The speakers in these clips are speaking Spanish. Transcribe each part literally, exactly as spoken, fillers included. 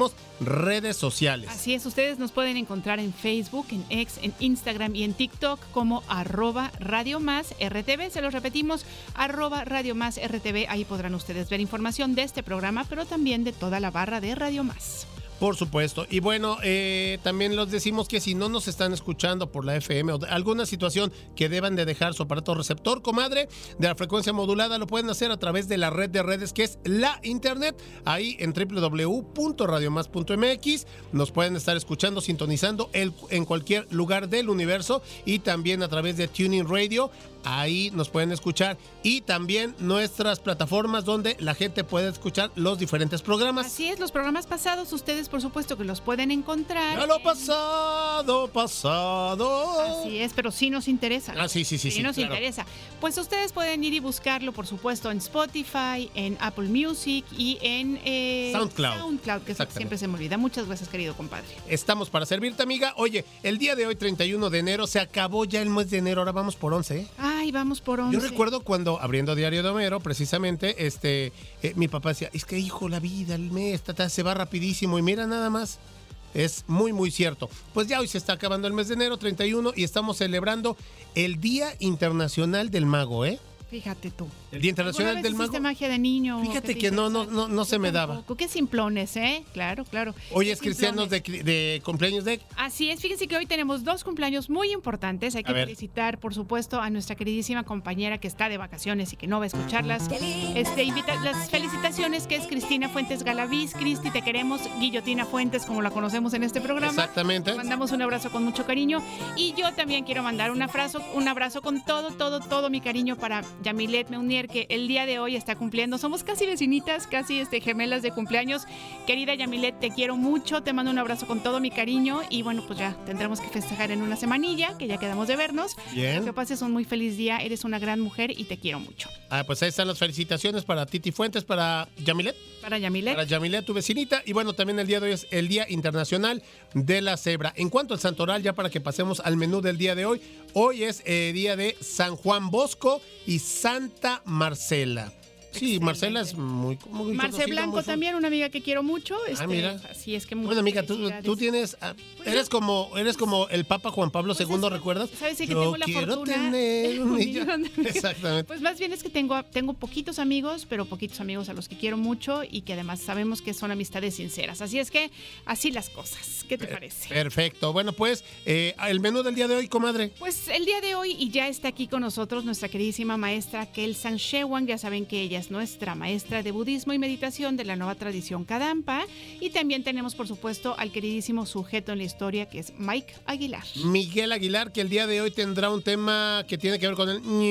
tenemos redes sociales. Así es, ustedes nos pueden encontrar en Facebook, en X, en Instagram y en TikTok como arroba Radio Más R T V. Se los repetimos, arroba Radio Más R T V. Ahí podrán ustedes ver información de este programa, pero también de toda la barra de Radio Más. Por supuesto. Y bueno, eh, también les decimos que si no nos están escuchando por la F M o de alguna situación que deban de dejar su aparato receptor, comadre, de la frecuencia modulada, lo pueden hacer a través de la red de redes que es la internet, ahí en doble u doble u doble u punto radio más punto m x. Nos pueden estar escuchando, sintonizando el, en cualquier lugar del universo, y también a través de Tuning Radio. Ahí nos pueden escuchar, y también nuestras plataformas donde la gente puede escuchar los diferentes programas. Así es, los programas pasados ustedes por supuesto que los pueden encontrar. Ya lo pasado, pasado. Así es, pero sí nos interesa. Ah, sí, sí, sí. Sí, sí nos claro. interesa. Pues ustedes pueden ir y buscarlo, por supuesto, en Spotify, en Apple Music y en eh, SoundCloud. SoundCloud, que siempre se me olvida. Muchas gracias, querido compadre. Estamos para servirte, amiga. Oye, el día de hoy, treinta y uno de enero, se acabó ya el mes de enero. Ahora vamos por once, ¿eh? Ay, vamos por once. Yo recuerdo cuando, abriendo Diario de Homero, precisamente, este, eh, mi papá decía, es que, hijo, la vida, el mes, tata, se va rapidísimo. Y mira nada más, es muy, muy cierto. Pues ya hoy se está acabando el mes de enero, treinta y uno, y estamos celebrando el Día Internacional del Mago, ¿eh? Fíjate tú. El Día Internacional vez del hiciste Mago. magia de niño? Fíjate que no, no, no, no se me daba. Qué simplones, ¿eh? Claro, claro. Hoy es cristianos de, de cumpleaños de... Así es, fíjense que hoy tenemos dos cumpleaños muy importantes. Hay que felicitar, por supuesto, a nuestra queridísima compañera que está de vacaciones y que no va a escucharlas. Este, invita las felicitaciones, que es Cristina Fuentes Galaviz. Cristi, te queremos. Guillotina Fuentes, como la conocemos en este programa. Exactamente. Te mandamos un abrazo con mucho cariño. Y yo también quiero mandar un abrazo, un abrazo con todo, todo, todo mi cariño para Yamilet Meunier, que el día de hoy está cumpliendo. Somos casi vecinitas, casi este, gemelas de cumpleaños. Querida Yamilet, te quiero mucho, te mando un abrazo con todo mi cariño, y bueno, pues ya tendremos que festejar en una semanilla, que ya quedamos de vernos. Bien. Que pases un muy feliz día, eres una gran mujer y te quiero mucho. Ah, pues ahí están las felicitaciones para Titi Fuentes, para Yamilet. Para Yamilet. Para Yamilet, tu vecinita. Y bueno, también el día de hoy es el Día Internacional de la Cebra. En cuanto al santoral, ya para que pasemos al menú del día de hoy, hoy es eh, día de San Juan Bosco y Santa Marcela. Sí, excelente. Marcela es muy... muy Marce Blanco muy también, una amiga que quiero mucho. Este, ah, mira. Así es que bueno, amiga, tú, tú tienes... Eres como eres como el Papa Juan Pablo pues segundo, es, ¿recuerdas? ¿Sabes? Sí, que Yo tengo la quiero fortuna tener un millón. Exactamente. Pues más bien es que tengo, tengo poquitos amigos, pero poquitos amigos a los que quiero mucho y que además sabemos que son amistades sinceras. Así es que, así las cosas. ¿Qué te per- parece? Perfecto. Bueno, pues, eh, el menú del día de hoy, comadre. Pues el día de hoy, y ya está aquí con nosotros nuestra queridísima maestra Kelsan Shewan. Ya saben que ella es nuestra maestra de budismo y meditación de la nueva tradición Kadampa, y también tenemos por supuesto al queridísimo sujeto en la historia, que es Mike Aguilar. Miguel Aguilar, que el día de hoy tendrá un tema que tiene que ver con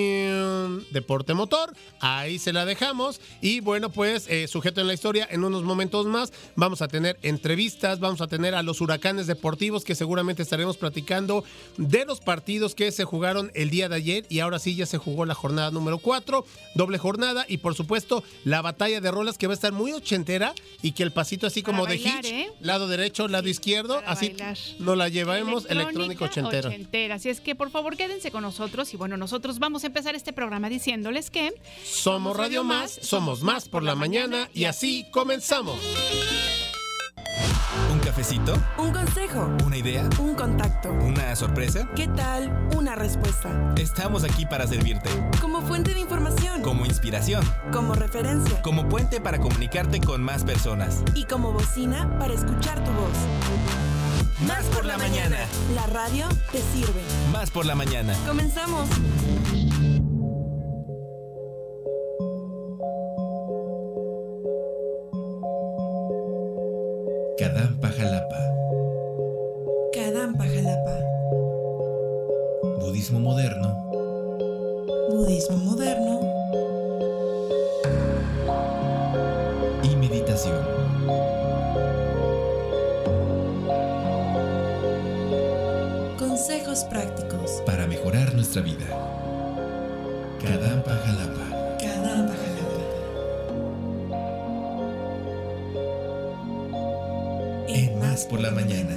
el deporte motor. Ahí se la dejamos. Y bueno, pues eh, sujeto en la historia, en unos momentos más vamos a tener entrevistas, vamos a tener a los huracanes deportivos, que seguramente estaremos platicando de los partidos que se jugaron el día de ayer, y ahora sí ya se jugó la jornada número cuatro, doble jornada, y por supuesto la batalla de rolas, que va a estar muy ochentera, y que el pasito así como Para de bailar, Hitch, ¿eh? lado derecho, lado izquierdo, Para así bailar. nos la llevamos Electrónica electrónico ochentero. ochentera. Así es que por favor quédense con nosotros, y bueno, nosotros vamos a empezar este programa diciéndoles que somos Radio Más, somos más por la mañana, y así comenzamos. ¿Un cafecito? ¿Un consejo? ¿Una idea? ¿Un contacto? ¿Una sorpresa? ¿Qué tal una respuesta? Estamos aquí para servirte. Como fuente de información. Como inspiración. Como referencia. Como puente para comunicarte con más personas. Y como bocina para escuchar tu voz. Más por la mañana. La radio te sirve. Más por la mañana. Comenzamos. Kadampa Jalapa. Kadampa Jalapa. Budismo moderno. Budismo moderno. Y meditación. Consejos prácticos para mejorar nuestra vida. Kadampa Jalapa. Kadampa Jalapa. En Más por la mañana.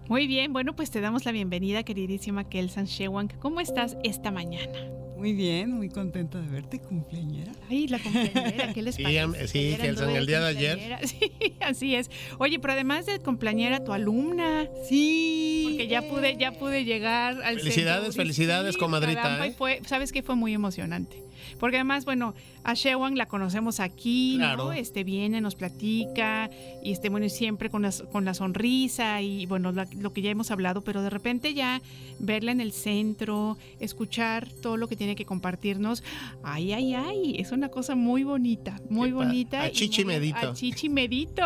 Muy bien, bueno, pues te damos la bienvenida, queridísima Kelsan Shewang. ¿Cómo estás esta mañana? Muy bien, muy contenta de verte, cumpleañera. Ay, la cumpleañera, ¿qué les Sí, parece? am- sí, Ayer Kelsan, anduve el día de ayer. cumpleañera. Sí, así es. Oye, pero además de cumpleañera, tu alumna, Sí. porque ya pude, ya pude llegar al Felicidades, centro. felicidades, Sí, comadrita, caramba, ¿eh? y fue, ¿sabes qué? Fue muy emocionante. Porque además, bueno, a Shewang la conocemos aquí, Claro. ¿no? Este viene, nos platica, y este, bueno, y siempre con la, con la sonrisa, y bueno, la- lo que ya hemos hablado, pero de repente ya verla en el centro, escuchar todo lo que tiene que compartirnos, ay, ay, ay, es una cosa muy bonita, muy Qué pa- bonita. a y chichi muy- medito. A chichi medito.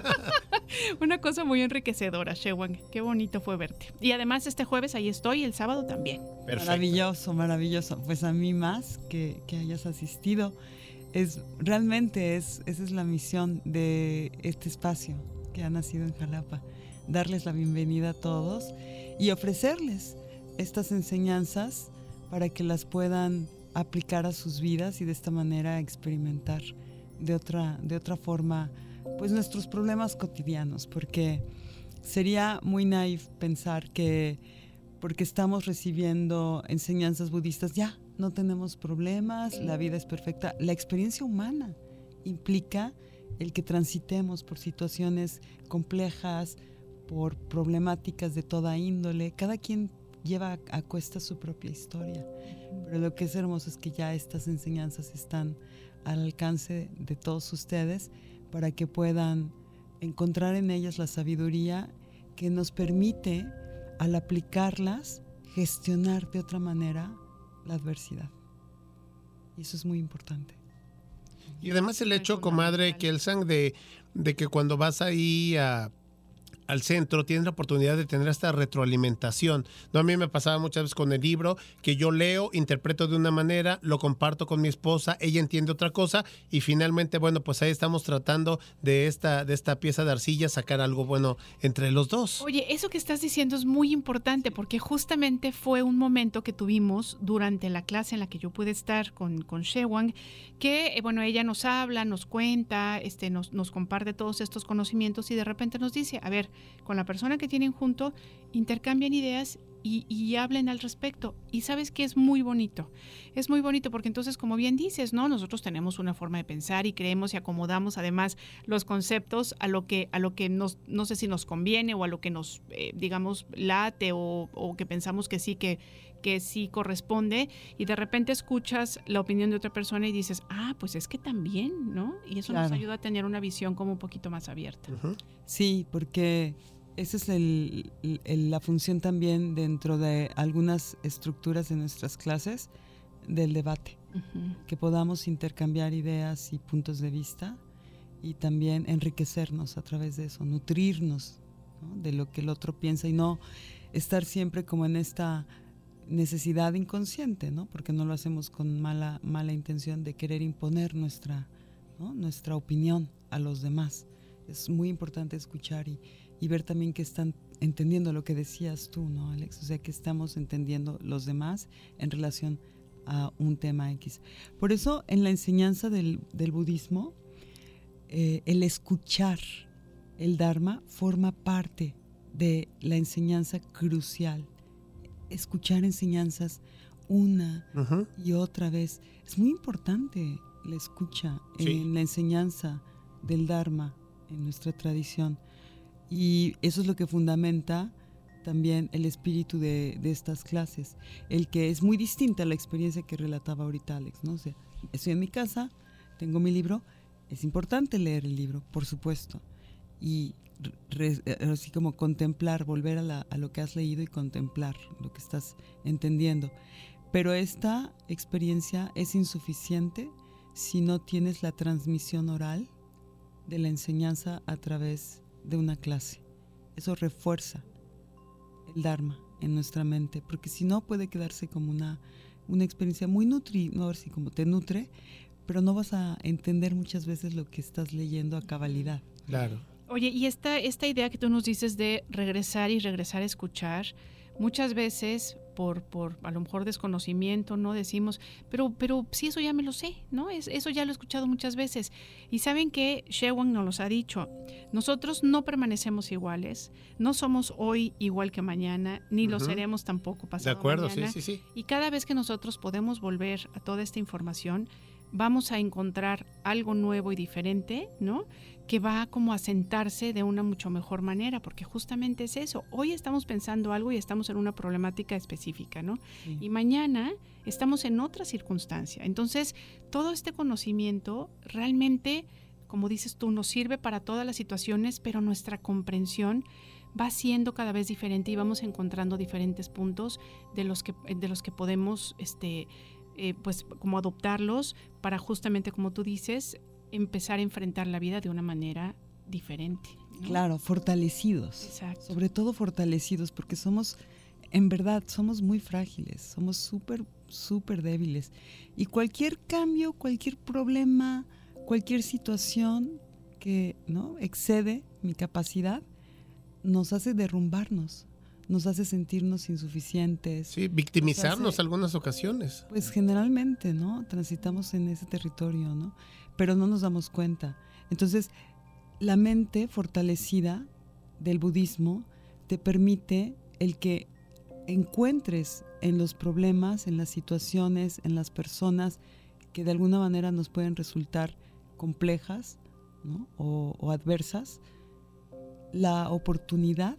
Una cosa muy enriquecedora, Shewang. Qué bonito fue verte. Y además este jueves ahí estoy, el sábado también. Perfecto. Maravilloso, maravilloso. Pues a mí más que, que hayas asistido. Es, realmente es, esa es la misión de este espacio que ha nacido en Jalapa. Darles la bienvenida a todos y ofrecerles estas enseñanzas para que las puedan aplicar a sus vidas y de esta manera experimentar de otra, de otra forma pues nuestros problemas cotidianos, porque sería muy naif pensar que porque estamos recibiendo enseñanzas budistas ya no tenemos problemas, la vida es perfecta. La experiencia humana implica el que transitemos por situaciones complejas, por problemáticas de toda índole. Cada quien lleva a, a cuesta su propia historia, pero lo que es hermoso es que ya estas enseñanzas están al alcance de todos ustedes para que puedan encontrar en ellas la sabiduría que nos permite, al aplicarlas, gestionar de otra manera la adversidad. Y eso es muy importante. Y además el hecho, comadre Kelsan, de, de que cuando vas ahí a, al centro tienes la oportunidad de tener esta retroalimentación. No, a mí me pasaba muchas veces con el libro que yo leo, interpreto de una manera, lo comparto con mi esposa, ella entiende otra cosa y finalmente, bueno, pues ahí estamos tratando de esta, de esta pieza de arcilla sacar algo bueno entre los dos. Oye, eso que estás diciendo es muy importante porque justamente fue un momento que tuvimos durante la clase en la que yo pude estar con, con Shewang, que, eh, bueno, ella nos habla, nos cuenta, este, nos, nos comparte todos estos conocimientos y de repente nos dice, a ver, con la persona que tienen junto, intercambian ideas y, y hablen al respecto. Y sabes que es muy bonito, es muy bonito porque entonces, como bien dices, ¿no? Nosotros tenemos una forma de pensar y creemos y acomodamos además los conceptos a lo que, a lo que nos, no sé si nos conviene o a lo que nos, eh, digamos, late o, o que pensamos que sí, que, que sí corresponde, y de repente escuchas la opinión de otra persona y dices, ah, pues es que también, ¿no? Y eso Claro. nos ayuda a tener una visión como un poquito más abierta. Uh-huh. Sí, porque esa es el, el, la función también dentro de algunas estructuras de nuestras clases del debate, Uh-huh. que podamos intercambiar ideas y puntos de vista y también enriquecernos a través de eso, nutrirnos, ¿no? De lo que el otro piensa y no estar siempre como en esta necesidad inconsciente, ¿no? Porque no lo hacemos con mala, mala intención de querer imponer nuestra, ¿no? nuestra opinión a los demás. Es muy importante escuchar y, y ver también que están entendiendo lo que decías tú, ¿no, Alex? O sea, que estamos entendiendo los demás en relación a un tema X. Por eso, en la enseñanza del, del budismo, eh, el escuchar el Dharma forma parte de la enseñanza crucial. Escuchar enseñanzas una Uh-huh. y otra vez. Es muy importante la escucha Sí. en la enseñanza del Dharma, en nuestra tradición. Y eso es lo que fundamenta también el espíritu de, de estas clases, el que es muy distinta a la experiencia que relataba ahorita Alex, ¿no? O sea, estoy en mi casa, tengo mi libro, es importante leer el libro, por supuesto, y re, así como contemplar, volver a, la, a lo que has leído y contemplar lo que estás entendiendo. Pero esta experiencia es insuficiente si no tienes la transmisión oral de la enseñanza a través de una clase. Eso refuerza el Dharma en nuestra mente, porque si no puede quedarse como una, una experiencia muy nutri, no a ver si como te nutre, pero no vas a entender muchas veces lo que estás leyendo a cabalidad. Claro. Oye, y esta, esta idea que tú nos dices de regresar y regresar a escuchar, muchas veces por, por a lo mejor desconocimiento, ¿no? Decimos, pero, pero sí, eso ya me lo sé, ¿no? Es, eso ya lo he escuchado muchas veces. Y saben que Shewang nos los ha dicho, nosotros no permanecemos iguales, no somos hoy igual que mañana, ni uh-huh. lo seremos tampoco pasado De acuerdo, mañana. sí, sí, sí. Y cada vez que nosotros podemos volver a toda esta información, vamos a encontrar algo nuevo y diferente, ¿no? Que va como a sentarse de una mucho mejor manera, porque justamente es eso. Hoy estamos pensando algo y estamos en una problemática específica, ¿no? Sí. Y mañana estamos en otra circunstancia. Entonces, todo este conocimiento realmente, como dices tú, nos sirve para todas las situaciones, pero nuestra comprensión va siendo cada vez diferente y vamos encontrando diferentes puntos de los que, de los que podemos, este, eh, pues, como adoptarlos para justamente, como tú dices, empezar a enfrentar la vida de una manera diferente, ¿no? Claro, fortalecidos. Exacto. Sobre todo fortalecidos, porque somos, en verdad, somos muy frágiles, somos súper, súper débiles. Y cualquier cambio, cualquier problema, cualquier situación que, ¿no?, excede mi capacidad, nos hace derrumbarnos, nos hace sentirnos insuficientes. Sí, victimizarnos hace, algunas ocasiones. Pues generalmente, ¿no? Transitamos en ese territorio, ¿no? Pero no nos damos cuenta. Entonces, la mente fortalecida del budismo te permite el que encuentres en los problemas, en las situaciones, en las personas que de alguna manera nos pueden resultar complejas, ¿no?, o, o adversas, la oportunidad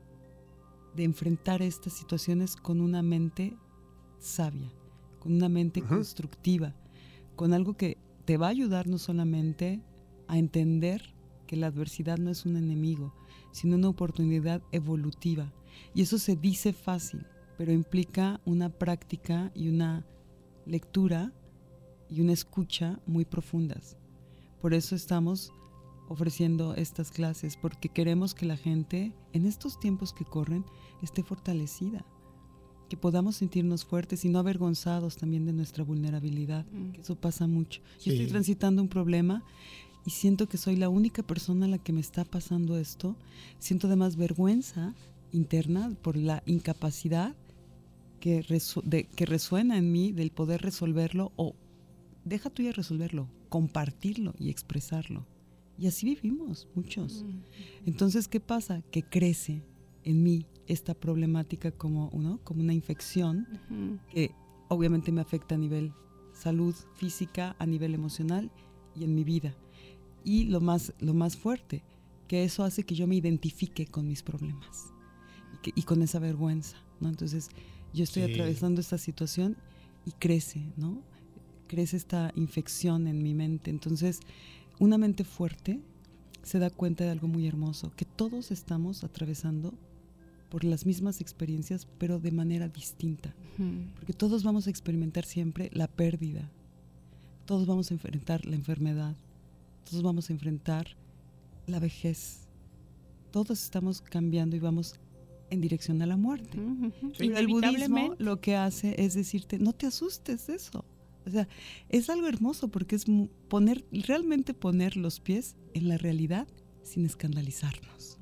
de enfrentar estas situaciones con una mente sabia, con una mente uh-huh. constructiva, con algo que te va a ayudar no solamente a entender que la adversidad no es un enemigo, sino una oportunidad evolutiva. Y eso se dice fácil, pero implica una práctica y una lectura y una escucha muy profundas. Por eso estamos ofreciendo estas clases, porque queremos que la gente en estos tiempos que corren esté fortalecida, que podamos sentirnos fuertes y no avergonzados también de nuestra vulnerabilidad, mm. que eso pasa mucho. Sí. Yo estoy transitando un problema y siento que soy la única persona a la que me está pasando esto. Siento además vergüenza interna por la incapacidad que, resu- de, que resuena en mí del poder resolverlo, o deja tú ya resolverlo, compartirlo y expresarlo. Y así vivimos muchos. Entonces, ¿qué pasa? Que crece en mí esta problemática como, ¿no?, como una infección uh-huh. que obviamente me afecta a nivel salud física, a nivel emocional y en mi vida. Y lo más, lo más fuerte, que eso hace que yo me identifique con mis problemas y, que, y con esa vergüenza, ¿no? Entonces, yo estoy sí. atravesando esta situación y crece, ¿no? Crece esta infección en mi mente. Entonces, una mente fuerte se da cuenta de algo muy hermoso, que todos estamos atravesando por las mismas experiencias, pero de manera distinta. Uh-huh. Porque todos vamos a experimentar siempre la pérdida, todos vamos a enfrentar la enfermedad, todos vamos a enfrentar la vejez, todos estamos cambiando y vamos en dirección a la muerte. Uh-huh. Sí. Pero el budismo lo que hace es decirte, no te asustes de eso. O sea, es algo hermoso porque es poner, realmente poner los pies en la realidad sin escandalizarnos.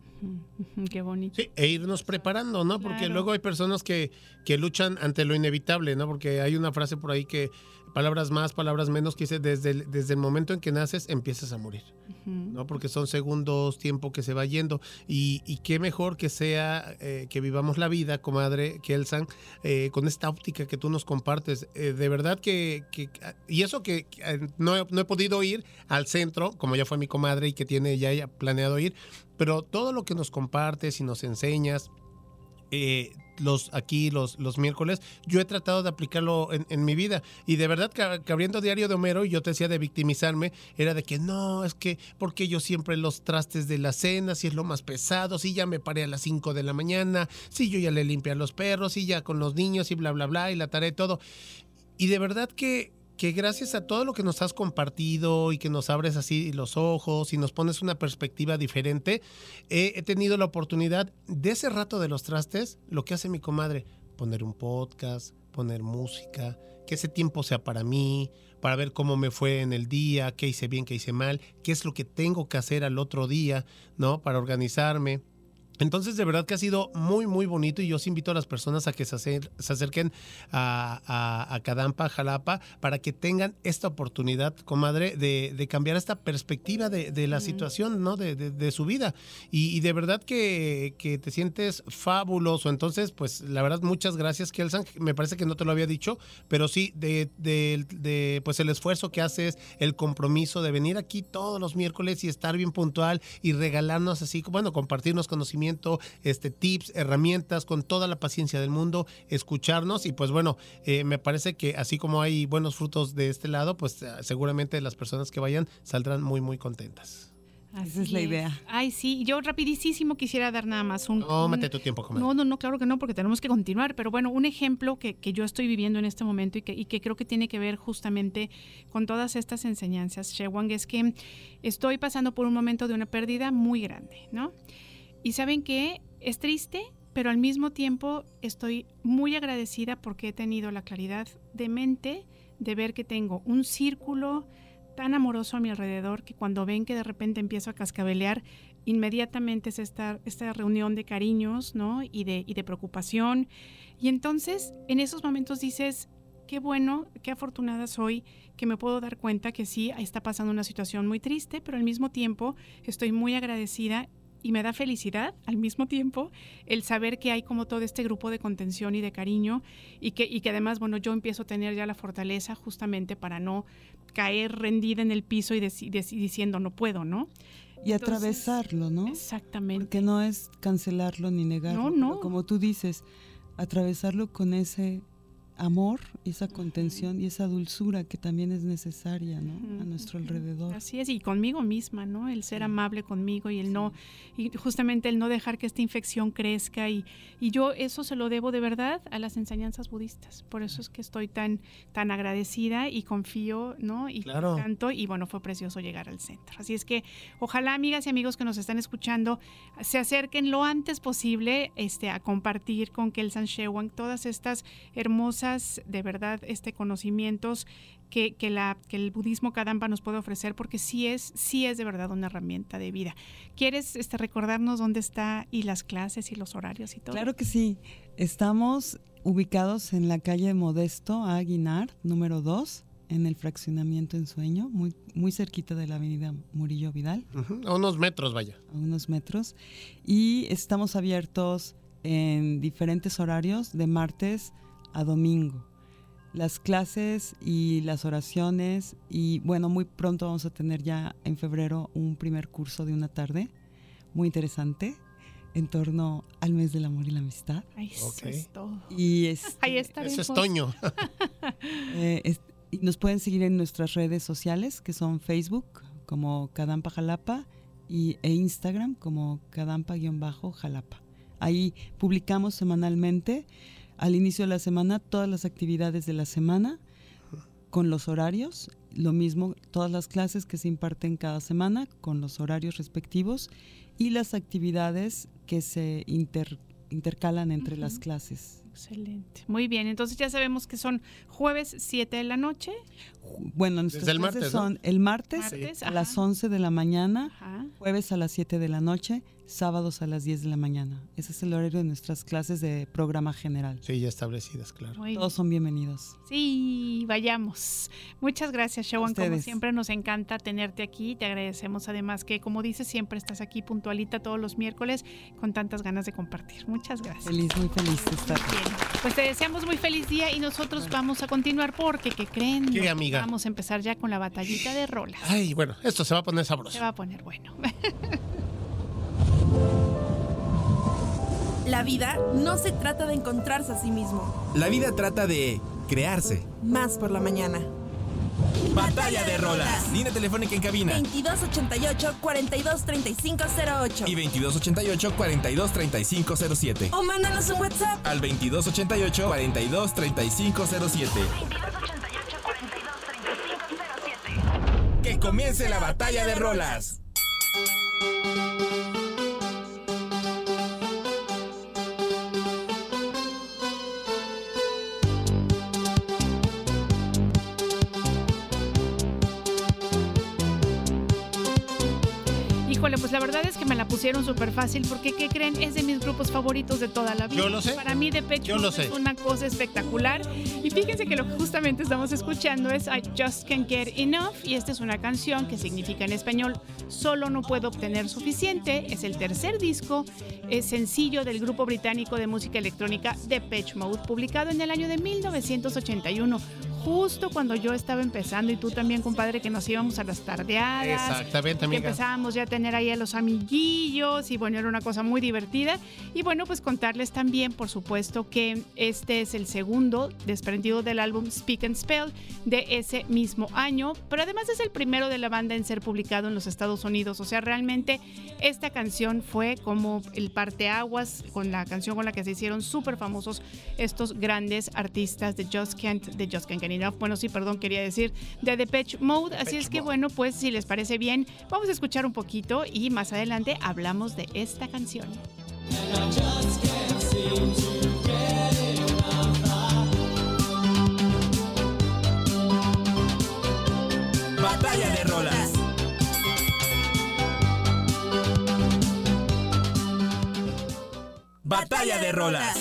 Qué bonito. Sí, e irnos preparando, ¿no? Porque claro. luego hay personas que, que luchan ante lo inevitable, ¿no? Porque hay una frase por ahí que palabras más, palabras menos, que dice desde el, desde el momento en que naces empiezas a morir, uh-huh. ¿no? Porque son segundos, tiempo que se va yendo, y, y qué mejor que sea eh, que vivamos la vida, comadre Kelsang, eh, con esta óptica que tú nos compartes. Eh, de verdad que, que y eso que, que no, he, no he podido ir al centro, como ya fue mi comadre y que tiene ya, ya planeado ir, pero todo lo que nos compartes y nos enseñas, eh, los aquí los, los miércoles, yo he tratado de aplicarlo en, en mi vida, y de verdad que, que abriendo Diario de Homero, y yo te decía de victimizarme, era de que no, es que porque yo siempre los trastes de la cena, si es lo más pesado, si ya me paré a las cinco de la mañana, si yo ya le limpié a los perros, si ya con los niños y bla bla bla, y la tarea y todo, y de verdad que que gracias a todo lo que nos has compartido y que nos abres así los ojos y nos pones una perspectiva diferente, eh, he tenido la oportunidad de ese rato de los trastes, lo que hace mi comadre, poner un podcast, poner música, que ese tiempo sea para mí, para ver cómo me fue en el día, qué hice bien, qué hice mal, qué es lo que tengo que hacer al otro día, ¿no? Para organizarme. Entonces, de verdad que ha sido muy, muy bonito y yo os invito a las personas a que se, acer- se acerquen a, a, a Kadampa, Jalapa, para que tengan esta oportunidad, comadre, de, de cambiar esta perspectiva de, de la uh-huh. situación, ¿no? De, de, de su vida. Y, y de verdad que, que te sientes fabuloso. Entonces, pues, la verdad, muchas gracias, Kelsan. Me parece que no te lo había dicho, pero sí, de, de, de pues el esfuerzo que haces, el compromiso de venir aquí todos los miércoles y estar bien puntual y regalarnos así, bueno, compartirnos conocimientos, este, tips, herramientas, con toda la paciencia del mundo, escucharnos y pues bueno, eh, me parece que así como hay buenos frutos de este lado, pues seguramente las personas que vayan saldrán muy muy contentas. Así Esa es la idea. Es. Ay, sí, yo rapidísimo quisiera dar nada más un... No, un, mete tu tiempo, comadre. No, no, no, claro que no, porque tenemos que continuar, pero bueno, un ejemplo que, que yo estoy viviendo en este momento y que, y que creo que tiene que ver justamente con todas estas enseñanzas, Shewang, es que estoy pasando por un momento de una pérdida muy grande, ¿no? Y ¿saben qué? Es triste, pero al mismo tiempo estoy muy agradecida porque he tenido la claridad de mente de ver que tengo un círculo tan amoroso a mi alrededor que cuando ven que de repente empiezo a cascabelear, inmediatamente es esta, esta reunión de cariños, ¿no? y, de, y de preocupación. Y entonces, en esos momentos dices, qué bueno, qué afortunada soy que me puedo dar cuenta que sí, está pasando una situación muy triste, pero al mismo tiempo estoy muy agradecida. Y me da felicidad al mismo tiempo el saber que hay como todo este grupo de contención y de cariño y que, y que además, bueno, yo empiezo a tener ya la fortaleza justamente para no caer rendida en el piso y, de, de, diciendo no puedo, ¿no? Y Entonces, atravesarlo, ¿no? Exactamente. Porque no es cancelarlo ni negarlo. No, no. Como tú dices, atravesarlo con ese amor, esa contención uh-huh. y esa dulzura que también es necesaria, ¿no? Uh-huh. a nuestro alrededor. Así es, y conmigo misma, ¿no? El ser amable conmigo y el no, y justamente el no dejar que esta infección crezca y, y yo eso se lo debo de verdad a las enseñanzas budistas. Por eso es que estoy tan, tan agradecida y confío, ¿no? Y claro. tanto, y bueno, fue precioso llegar al centro. Así es que ojalá, amigas y amigos que nos están escuchando, se acerquen lo antes posible este, a compartir con Kelsan Shewang todas estas hermosas de verdad este conocimientos que, que, la, que el budismo Kadampa nos puede ofrecer, porque sí es, sí es de verdad una herramienta de vida. ¿Quieres este, recordarnos dónde está y las clases y los horarios y todo? Claro que sí. Estamos ubicados en la calle Modesto A. Guinard, número dos, en el fraccionamiento Ensueño, muy, muy cerquita de la avenida Murillo Vidal. Uh-huh. A unos metros, vaya. A unos metros. Y estamos abiertos en diferentes horarios de martes a domingo. Las clases y las oraciones y bueno, muy pronto vamos a tener ya en febrero un primer curso de una tarde muy interesante en torno al mes del amor y la amistad. Ay, eso okay. es todo. Y este, ahí está. Eso es Toño. eh, es, y nos pueden seguir en nuestras redes sociales que son Facebook como Kadampa Jalapa y, e Instagram como Kadampa-Jalapa. Ahí publicamos semanalmente al inicio de la semana todas las actividades de la semana con los horarios, lo mismo todas las clases que se imparten cada semana con los horarios respectivos y las actividades que se inter, intercalan entre uh-huh. las clases. Excelente. Muy bien, entonces ya sabemos que son jueves siete de la noche. Bueno, nuestras Desde el clases martes, son ¿no? el martes, martes a ajá. las once de la mañana, ajá. jueves a las siete de la noche, sábados a las diez de la mañana. Ese es el horario de nuestras clases de programa general. Sí, ya establecidas, claro. Muy Todos son bienvenidos. Sí, vayamos. Muchas gracias, Shewang. Como siempre, nos encanta tenerte aquí. Te agradecemos además que, como dices, siempre estás aquí puntualita todos los miércoles con tantas ganas de compartir. Muchas gracias. Feliz, muy feliz de estar aquí. Bien. Pues te deseamos muy feliz día y nosotros bueno. vamos a continuar porque, ¿qué creen? ¿Qué, amiga? Vamos a empezar ya con la batallita de rolas. Ay, bueno, esto se va a poner sabroso. Se va a poner bueno. La vida no se trata de encontrarse a sí mismo. La vida trata de crearse. Más por la mañana. Batalla de rolas. Línea telefónica en cabina. veintidós ochenta y ocho, cuarenta y dos, treinta y cinco cero ocho. Y veintidós ochenta y ocho, cuarenta y dos, treinta y cinco cero siete. O mándanos un WhatsApp. Al veintidós ochenta y ocho, cuarenta y dos, treinta y cinco cero siete. veintidós ochenta y ocho, cuarenta y dos, treinta y cinco cero siete. Que comience la batalla de rolas. Híjole, pues la verdad es que me la pusieron súper fácil porque, ¿qué creen? Es de mis grupos favoritos de toda la vida. Yo lo sé. Para mí, Depeche Mode es una cosa espectacular. Y fíjense que lo que justamente estamos escuchando es I Just Can't Get Enough, y esta es una canción que significa en español solo no puedo obtener suficiente. Es el tercer disco, es sencillo del grupo británico de música electrónica Depeche Mode, publicado en el año de mil novecientos ochenta y uno. Justo cuando yo estaba empezando, y tú también, compadre, que nos íbamos a las tardeadas. Exactamente, amiga. Que empezábamos ya a tener ahí a los amiguillos, y bueno, era una cosa muy divertida. Y bueno, pues contarles también, por supuesto, que este es el segundo desprendido del álbum Speak and Spell de ese mismo año, pero además es el primero de la banda en ser publicado en los Estados Unidos. O sea, realmente esta canción fue como el parteaguas con la canción con la que se hicieron súper famosos estos grandes artistas de Just Can't, de Just Can't Get Enough. Bueno, sí, perdón, quería decir de Depeche Mode. Así es que bueno, pues si les parece bien, vamos a escuchar un poquito y más adelante hablamos de esta canción. Batalla de rolas. Batalla de rolas.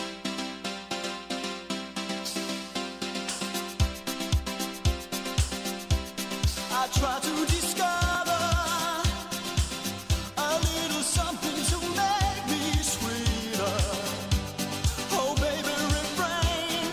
I try to discover a little something to make me sweeter. Oh baby, refrain.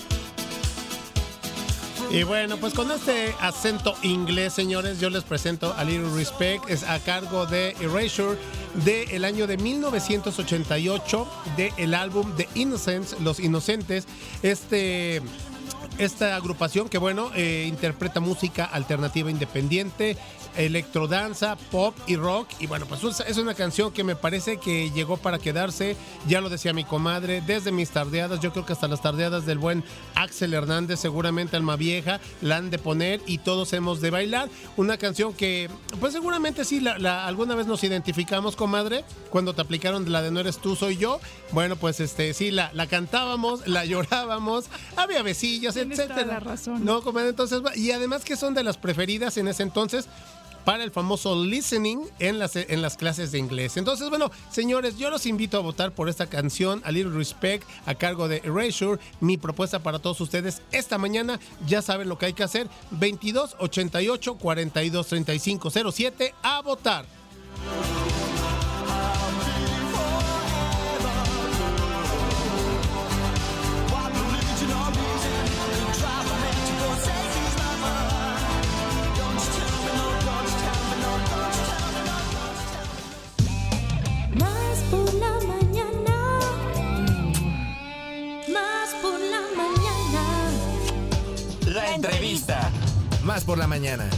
Y bueno, pues con este acento inglés, señores, yo les presento a Little Respect. Es a cargo de Erasure, del año de mil novecientos ochenta y ocho, del álbum The Innocents, Los Inocentes. Este... Esta agrupación que, bueno, eh, interpreta música alternativa independiente, electrodanza, pop y rock. Y bueno, pues es una canción que me parece que llegó para quedarse. Ya lo decía mi comadre, desde mis tardeadas, yo creo que hasta las tardeadas del buen Axel Hernández, seguramente Alma Vieja, la han de poner y todos hemos de bailar. Una canción que, pues seguramente sí, la, la, alguna vez nos identificamos, comadre, cuando te aplicaron la de no eres tú, soy yo. Bueno, pues este sí, la, la cantábamos, la llorábamos, había besillos, etcétera. Toda la razón. No, comadre, entonces, y además que son de las preferidas en ese entonces para el famoso listening en las, en las clases de inglés. Entonces, bueno, señores, yo los invito a votar por esta canción, A Little Respect, a cargo de Erasure. Mi propuesta para todos ustedes esta mañana, ya saben lo que hay que hacer, veintidós ochenta y ocho cuarenta y dos treinta y cinco cero siete, a votar. Más por la mañana, más por la mañana. La entrevista. Más por la mañana.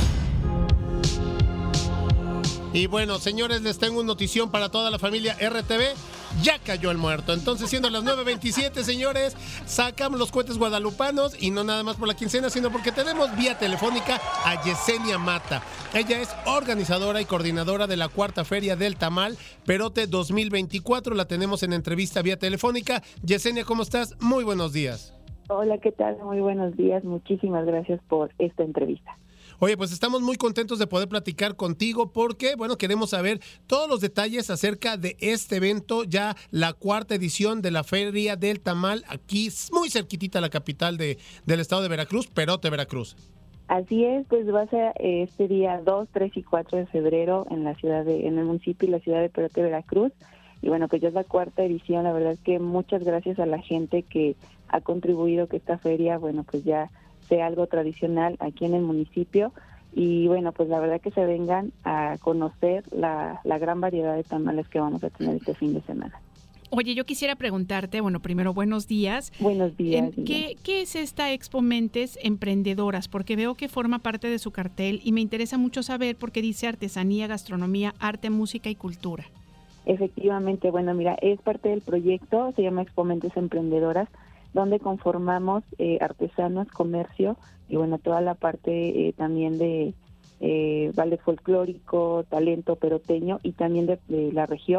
Y bueno, señores, les tengo una notición para toda la familia R T V. Ya cayó el muerto. Entonces, siendo las nueve veintisiete, señores, sacamos los cohetes guadalupanos, y no nada más por la quincena, sino porque tenemos vía telefónica a Yesenia Mata. Ella es organizadora y coordinadora de la cuarta Feria del Tamal Perote dos mil veinticuatro. La tenemos en entrevista vía telefónica. Yesenia, ¿cómo estás? Muy buenos días. Hola, ¿qué tal? Muy buenos días. Muchísimas gracias por esta entrevista. Oye, pues estamos muy contentos de poder platicar contigo porque, bueno, queremos saber todos los detalles acerca de este evento, ya la cuarta edición de la Feria del Tamal, aquí muy cerquitita a la capital de, del estado de Veracruz, Perote, Veracruz. Así es, pues va a ser este día dos, tres y cuatro de febrero en la ciudad de, en el municipio y la ciudad de Perote, Veracruz. Y bueno, pues ya es la cuarta edición. La verdad es que muchas gracias a la gente que ha contribuido que esta feria, bueno, pues ya sea algo tradicional aquí en el municipio. Y bueno, pues la verdad que se vengan a conocer la, la gran variedad de tamales que vamos a tener este fin de semana. Oye, yo quisiera preguntarte, bueno, primero, buenos días. Buenos días. ¿Qué, ¿Qué es esta Expo Mentes Emprendedoras? Porque veo que forma parte de su cartel y me interesa mucho saber porque dice artesanía, gastronomía, arte, música y cultura. Efectivamente, bueno, mira, es parte del proyecto, se llama Expo Mentes Emprendedoras, donde conformamos eh, artesanos, comercio y bueno, toda la parte eh, también de eh, ballet folclórico, talento peroteño y también de, de la región.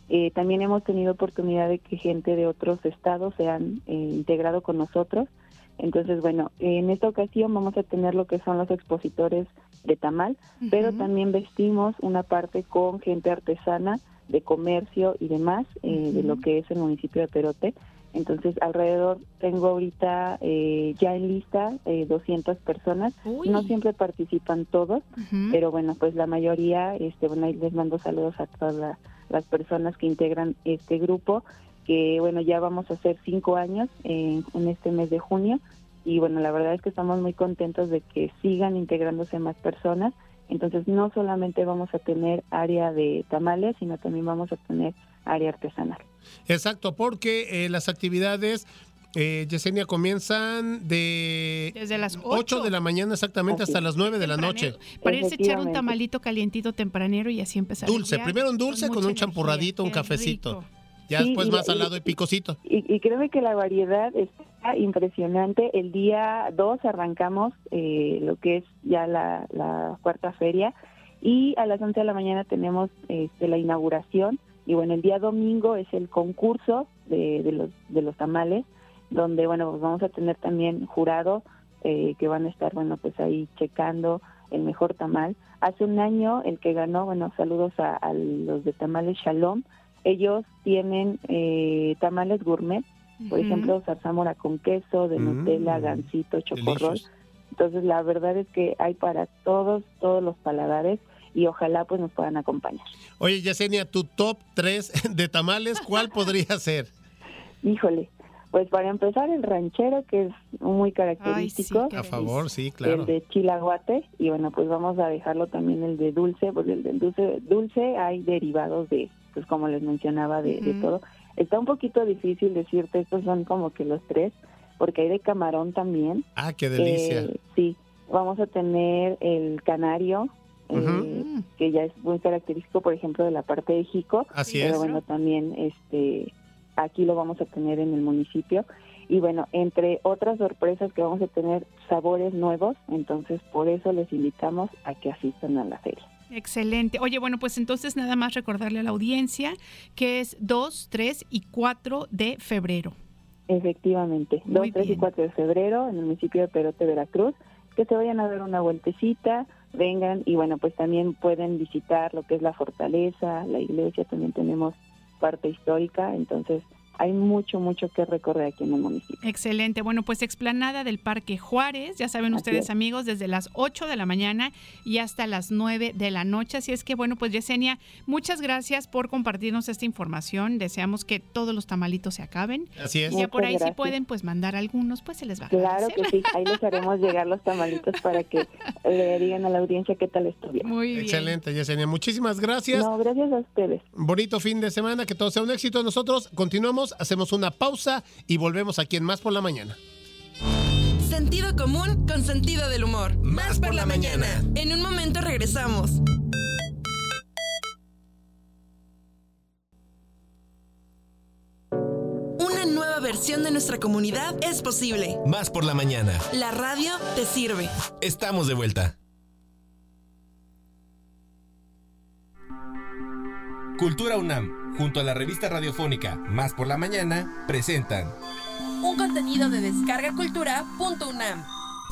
Eh, también hemos tenido oportunidad de que gente de otros estados se han eh, integrado con nosotros. Entonces, bueno, en esta ocasión vamos a tener lo que son los expositores de tamal, uh-huh. pero también vestimos una parte con gente artesana de comercio y demás, eh, uh-huh. de lo que es el municipio de Perote. Entonces, alrededor tengo ahorita eh, ya en lista eh, doscientas personas. Uy. No siempre participan todos, uh-huh. pero bueno, pues la mayoría, este, bueno, ahí les mando saludos a todas la, las personas que integran este grupo, que bueno, ya vamos a hacer cinco años eh, en este mes de junio, y bueno, la verdad es que estamos muy contentos de que sigan integrándose más personas. Entonces, no solamente vamos a tener área de tamales, sino también vamos a tener área artesanal. Exacto, porque eh, las actividades, eh, Yesenia, comienzan de desde las ocho de la mañana exactamente. Así. Hasta las nueve de la noche. Para irse a echar un tamalito calientito tempranero y así empezar. Dulce, primero un dulce con, con un champurradito, un cafecito. Rico. Ya sí, después y, más salado y, y picosito. Y, y créeme que la variedad está impresionante. El día dos arrancamos eh, lo que es ya la, la cuarta feria, y a las once de la mañana tenemos este, la inauguración. Y bueno, el día domingo es el concurso de, de, los, de los tamales, donde bueno, pues vamos a tener también jurado eh, que van a estar, bueno, pues ahí checando el mejor tamal. Hace un año el que ganó, bueno, saludos a, a los de Tamales Shalom. Ellos tienen eh, tamales gourmet, por uh-huh. ejemplo, zarzamora con queso, de uh-huh. Nutella, gansito, chocorrol. Entonces, la verdad es que hay para todos, todos los paladares, y ojalá pues nos puedan acompañar. Oye, Yesenia, tu top tres de tamales, ¿cuál podría ser? Híjole, pues para empezar el ranchero, que es muy característico. Ay, sí, a favor, sí, claro. El de chilaguate, y bueno, pues vamos a dejarlo también el de dulce, porque el del dulce, dulce hay derivados de, pues como les mencionaba, de, uh-huh. de todo. Está un poquito difícil decirte, estos son como que los tres, porque hay de camarón también. Ah, qué delicia. Eh, sí, vamos a tener el canario, Uh-huh. eh, que ya es muy característico, por ejemplo, de la parte de Jico. Así pero es. bueno, también este aquí lo vamos a tener en el municipio. Y bueno, entre otras sorpresas que vamos a tener, sabores nuevos, entonces por eso les invitamos a que asistan a la feria. Excelente. Oye, bueno, pues entonces nada más recordarle a la audiencia que es dos, tres y cuatro de febrero. Efectivamente, dos, tres y cuatro de febrero en el municipio de Perote, Veracruz. Que se vayan a dar una vueltecita, vengan, y bueno, pues también pueden visitar lo que es la fortaleza, la iglesia, también tenemos parte histórica, entonces hay mucho, mucho que recorrer aquí en el municipio. Excelente. Bueno, pues explanada del Parque Juárez, ya saben ustedes, amigos, desde las ocho de la mañana y hasta las nueve de la noche. Así es que, bueno, pues Yesenia, muchas gracias por compartirnos esta información. Deseamos que todos los tamalitos se acaben. Así es. Y ya por ahí, gracias. si pueden, pues mandar algunos, pues se les va a Claro agradecer. que sí, ahí les haremos llegar los tamalitos para que le digan a la audiencia qué tal estuvieron. Muy bien. Excelente, Yesenia. Muchísimas gracias. No, gracias a ustedes. Bonito fin de semana, que todo sea un éxito. Nosotros continuamos, hacemos una pausa y volvemos aquí en Más por la Mañana. Sentido común con sentido del humor. Más por la mañana. En un momento regresamos. Una nueva versión de nuestra comunidad es posible. Más por la mañana. La radio te sirve. Estamos de vuelta. Cultura UNAM, junto a la revista radiofónica Más por la Mañana, presentan Un contenido de descarga cultura punto unam.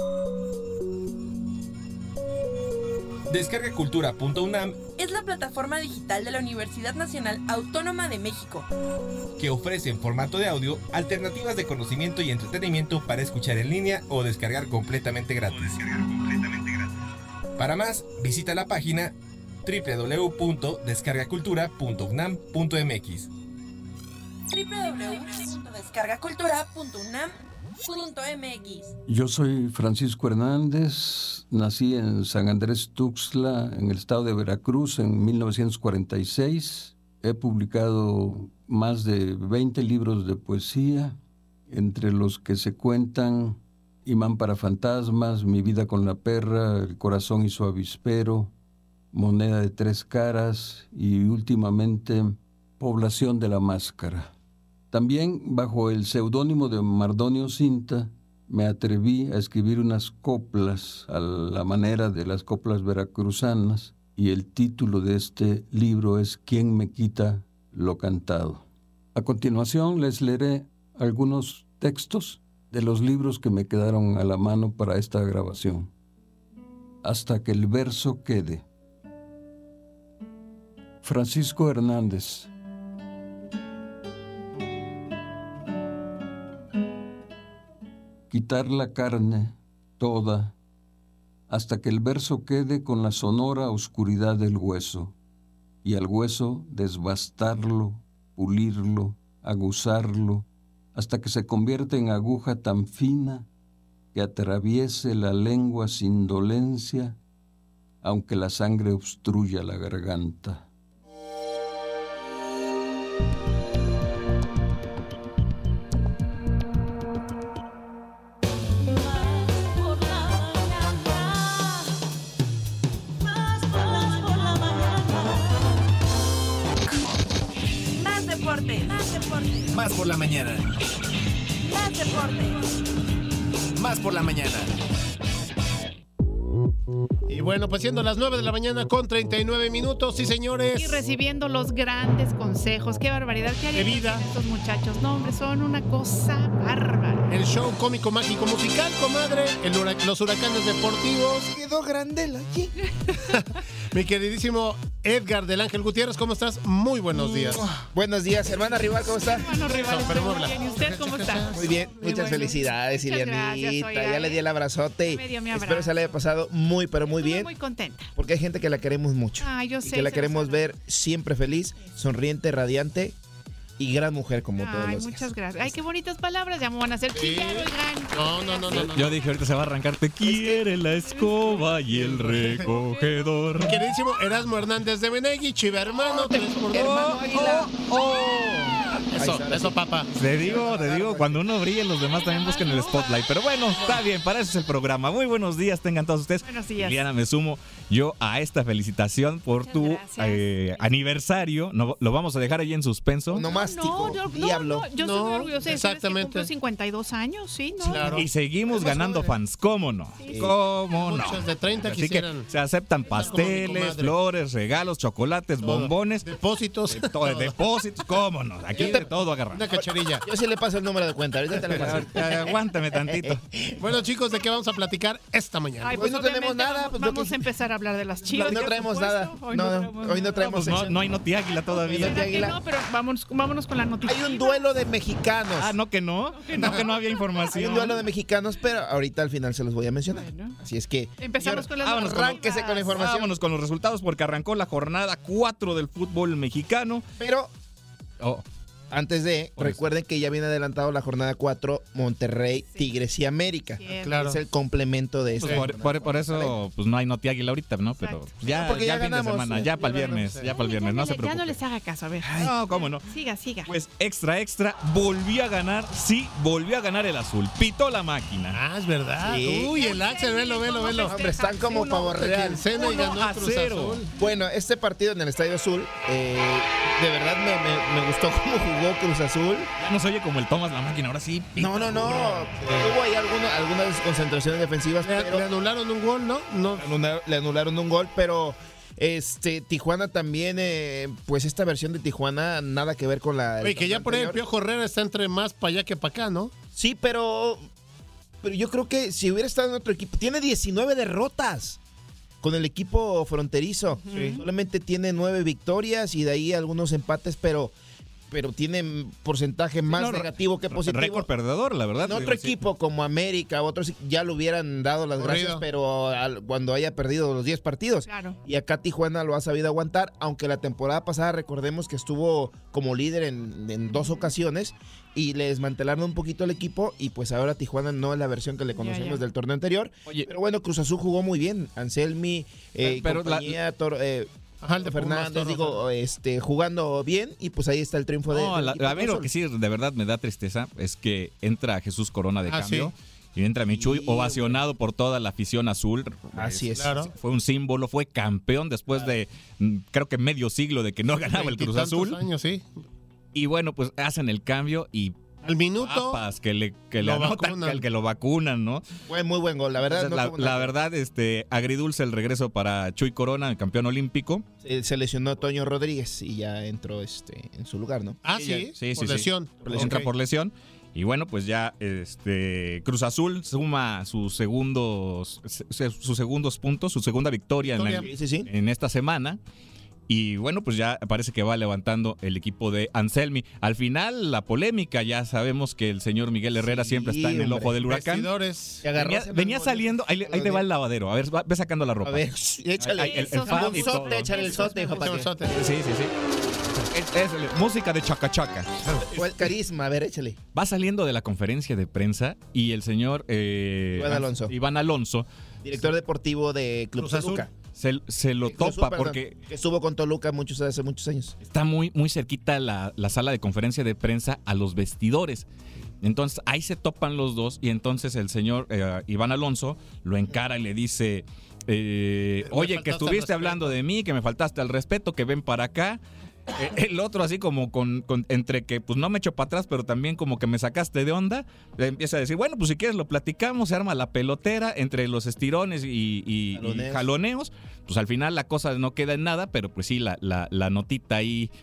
Descarga Cultura punto unam Es la plataforma digital de la Universidad Nacional Autónoma de México, que ofrece en formato de audio alternativas de conocimiento y entretenimiento para escuchar en línea o descargar completamente gratis. Para más, visita la página doble u doble u doble u punto descarga cultura punto unam punto m x. doble u doble u doble u punto descarga cultura punto unam punto m x. Yo soy Francisco Hernández, nací en San Andrés Tuxtla, en el estado de Veracruz, en mil novecientos cuarenta y seis. He publicado más de veinte libros de poesía, entre los que se cuentan Imán para fantasmas, Mi vida con la perra, El corazón y su avispero, Moneda de tres caras y últimamente Población de la máscara. También, bajo el seudónimo de Mardonio Cinta, me atreví a escribir unas coplas a la manera de las coplas veracruzanas, y el título de este libro es ¿Quién me quita lo cantado. A continuación les leeré algunos textos de los libros que me quedaron a la mano para esta grabación. Hasta que el verso quede. Francisco Hernández. Quitar la carne toda hasta que el verso quede con la sonora oscuridad del hueso, y al hueso desbastarlo, pulirlo, aguzarlo, hasta que se convierta en aguja tan fina que atraviese la lengua sin dolencia, aunque la sangre obstruya la garganta. Más deporte, más deporte, Más por la mañana. más deporte. Más por la mañana. Y bueno, pues siendo las nueve de la mañana con treinta y nueve minutos, sí señores. Y recibiendo los grandes consejos. Qué barbaridad. ¿Qué harían De vida. estos muchachos? No, hombre, son una cosa bárbara. El show cómico, mágico, musical, comadre. El hura- los huracanes deportivos. Quedó grande la allí. Mi queridísimo Edgar del Ángel Gutiérrez, ¿cómo estás? Muy buenos días. Buenos días, hermana Rival, ¿cómo está? Hermano rival, No, pero estoy muy habla. bien. ¿Y usted cómo está? Muy bien, Muy muchas bueno. felicidades, Muchas gracias, Ilianita. oiga, Ya le di el abrazote. Me dio mi Espero abrazo. se le haya pasado muy, pero muy Estuve bien. muy contenta. Porque hay gente que la queremos mucho. Ay, yo y sé. que la se queremos los ver siempre feliz, sonriente, radiante y gran mujer como todos Ay, los días. muchas gracias. Ay, qué bonitas palabras. Ya me van a hacer chillar, oigan. No, no, no, no. no. Yo dije, ahorita se va a arrancar. Te quiere la escoba y el recogedor. Mi queridísimo Erasmo Hernández de Benegui, chiva hermano, tres por dos. Hermano Águila. Eso, Ahí está, eso, papá. Te digo, te digo, cuando uno brille, los demás también busquen el spotlight. Pero bueno, está bien, para eso es el programa. Muy buenos días, tengan todos ustedes. Buenos días. Liliana, me sumo yo a esta felicitación por Muchas tu gracias. eh, aniversario. No, lo vamos a dejar ahí en suspenso. Onomástico, No, yo, no, diablo. no, yo No, estoy muy orgullosa de decirles que exactamente. cumplo cincuenta y dos años, ¿sí? ¿No? Claro. Y seguimos Es más ganando joven. fans, ¿cómo no? Sí, sí. ¿Cómo no? Muchos de treinta Así quisieran que se aceptan estar como mi pasteles, comadre. flores, regalos, chocolates, Todo. bombones, Depósitos. de todo, depósitos, ¿cómo no? Aquí de todo agarramos. Una cacharilla. Yo sí le paso el número de cuenta, ahorita te lo paso. Aguántame tantito. Bueno, chicos, ¿de qué vamos a platicar esta mañana? Ay, Hoy pues no tenemos obviamente nada, Vamos, pues, lo vamos que- a empezar a hablar de las chivas. Hoy no por traemos supuesto. nada. Hoy No, traemos hoy no nada. traemos Pues no, sección. no hay noti águila todavía. Noti ¿Verdad que Águila. no? Pero vámonos, vámonos con la noticia. Hay un duelo de mexicanos. Ah, no que no. No que no había Hay información. un duelo de mexicanos, pero ahorita al final se los voy a mencionar. Bueno. Así es que Empezamos con las vámonos, noticias. arránquese con la información. Vámonos con los resultados porque arrancó la jornada cuatro del fútbol mexicano. Pero Oh, antes de, Por eso. recuerden que ya viene adelantado la jornada cuatro, Monterrey, Sí. Tigres y América. Cierto. Claro. Es el complemento de pues esta. por, por- por eso pues no hay noti águila ahorita, ¿no? Pero Exacto. ya, No, porque ya ya el fin de ganamos, semana, ya- ya ya para el viernes, ganamos. ya para el viernes, Ya no se le- Ya no preocupe. les haga caso, a ver. No, cómo no. Siga, siga. Pues extra, extra, volvió a ganar, sí, volvió a ganar el azul. Pitó la máquina. Ah, es verdad. Sí. Uy, el Axel, velo, velo, velo. Hombre, están como pavo real. El Sena y Uno ganó a Cruz cero. Azul. Bueno, este partido en el Estadio Azul, eh, de verdad me, me- me gustó cómo jugó Cruz Azul. Ya no se oye como el Thomas la máquina, ahora sí. pita No, no, no. duro. Hubo ahí alguna- algunas concentraciones defensivas, Le, pero le anularon un gol, ¿no? No. le anula- le anularon un gol, pero este Tijuana también, eh, pues esta versión de Tijuana nada que ver con la. el Oye, que ya torneo por ahí el anterior. Piojo Herrera está entre más para allá que para acá, ¿no? Sí, pero, pero yo creo que si hubiera estado en otro equipo, tiene diecinueve derrotas con el equipo fronterizo. Solamente tiene nueve victorias y de ahí algunos empates, pero, pero tiene porcentaje más no, negativo que positivo. Récord perdedor, la verdad. En otro Digo, sí. equipo como América, otros ya le hubieran dado las Corrido. gracias, pero al- cuando haya perdido los diez partidos. Claro. Y acá Tijuana lo ha sabido aguantar, aunque la temporada pasada recordemos que estuvo como líder en, en dos ocasiones y le desmantelaron un poquito el equipo y pues ahora Tijuana no es la versión que le conocemos ya. del torneo anterior. Oye. Pero bueno, Cruz Azul jugó muy bien. Anselmi, eh, Pero la- compañía, Toro- eh, Ajá, el de Pumas, Fernández, Toro. digo, este, jugando bien y pues ahí está el triunfo de... No, del la- equipo a mí lo Azul. que sí de verdad me da tristeza es que entra Jesús Corona de Ah, cambio. sí. Y entra Michuy, Sí, ovacionado por toda la afición azul. Así es. Claro. Fue un símbolo, fue campeón después de mm, creo que medio siglo de que no ganaba el Cruz Veintitantos Azul. años, sí. Y bueno, pues hacen el cambio y Al minuto. Papas, que le, que le lo anotan, vacunan. que, que lo vacunan, ¿no? Fue muy buen gol, la verdad. Entonces, no la, tuvo la nada. verdad, este, agridulce el regreso para Chuy Corona, el campeón olímpico. Se, se lesionó Toño Rodríguez y ya entró este en su lugar, ¿no? Ah, Sí, sí, ya- sí, por sí, lesión. sí. Entra Ok. por lesión. Y bueno, pues ya este Cruz Azul suma sus segundos se- sus segundos puntos, su segunda victoria, en, la- Sí, sí, sí. en esta semana. Y bueno, pues ya parece que va levantando el equipo de Anselmi. Al final, la polémica, ya sabemos que el señor Miguel Herrera Sí, siempre está en el hombre. ojo del huracán. Vestidores. Se agarró, Venía, se venía mandó- saliendo, ahí, le- ahí te va el lavadero. A ver, va- ve sacando la ropa. A ver, échale. Ahí, el, el Eso, fab y Un todo. sote, échale el sote, hijo, para que- Sote. Sí, sí, sí. Es, es música de chaca chaca. Fue el carisma, a ver, échale. Va saliendo de la conferencia de prensa y el señor eh, Iván Alonso. Iván Alonso Director deportivo de Club Cruz Azul. Toluca. se, se lo Cruz Azul, topa perdón, porque que estuvo con Toluca muchos, hace muchos años. está muy, muy cerquita la, la sala de conferencia de prensa a los vestidores. Entonces ahí se topan los dos y entonces el señor eh, Iván Alonso lo encara y le dice, eh, Me oye, faltaste que al estuviste respeto". hablando de mí, que me faltaste al respeto, que ven para acá. Eh, el otro así como con, con- entre que pues no me echo para atrás, pero también como que me sacaste de onda, le empieza a decir, bueno, pues si quieres lo platicamos, se arma la pelotera entre los estirones y, y- y Jaloneos. jaloneos. Pues al final la cosa no queda en nada, pero pues sí, la, la, la notita ahí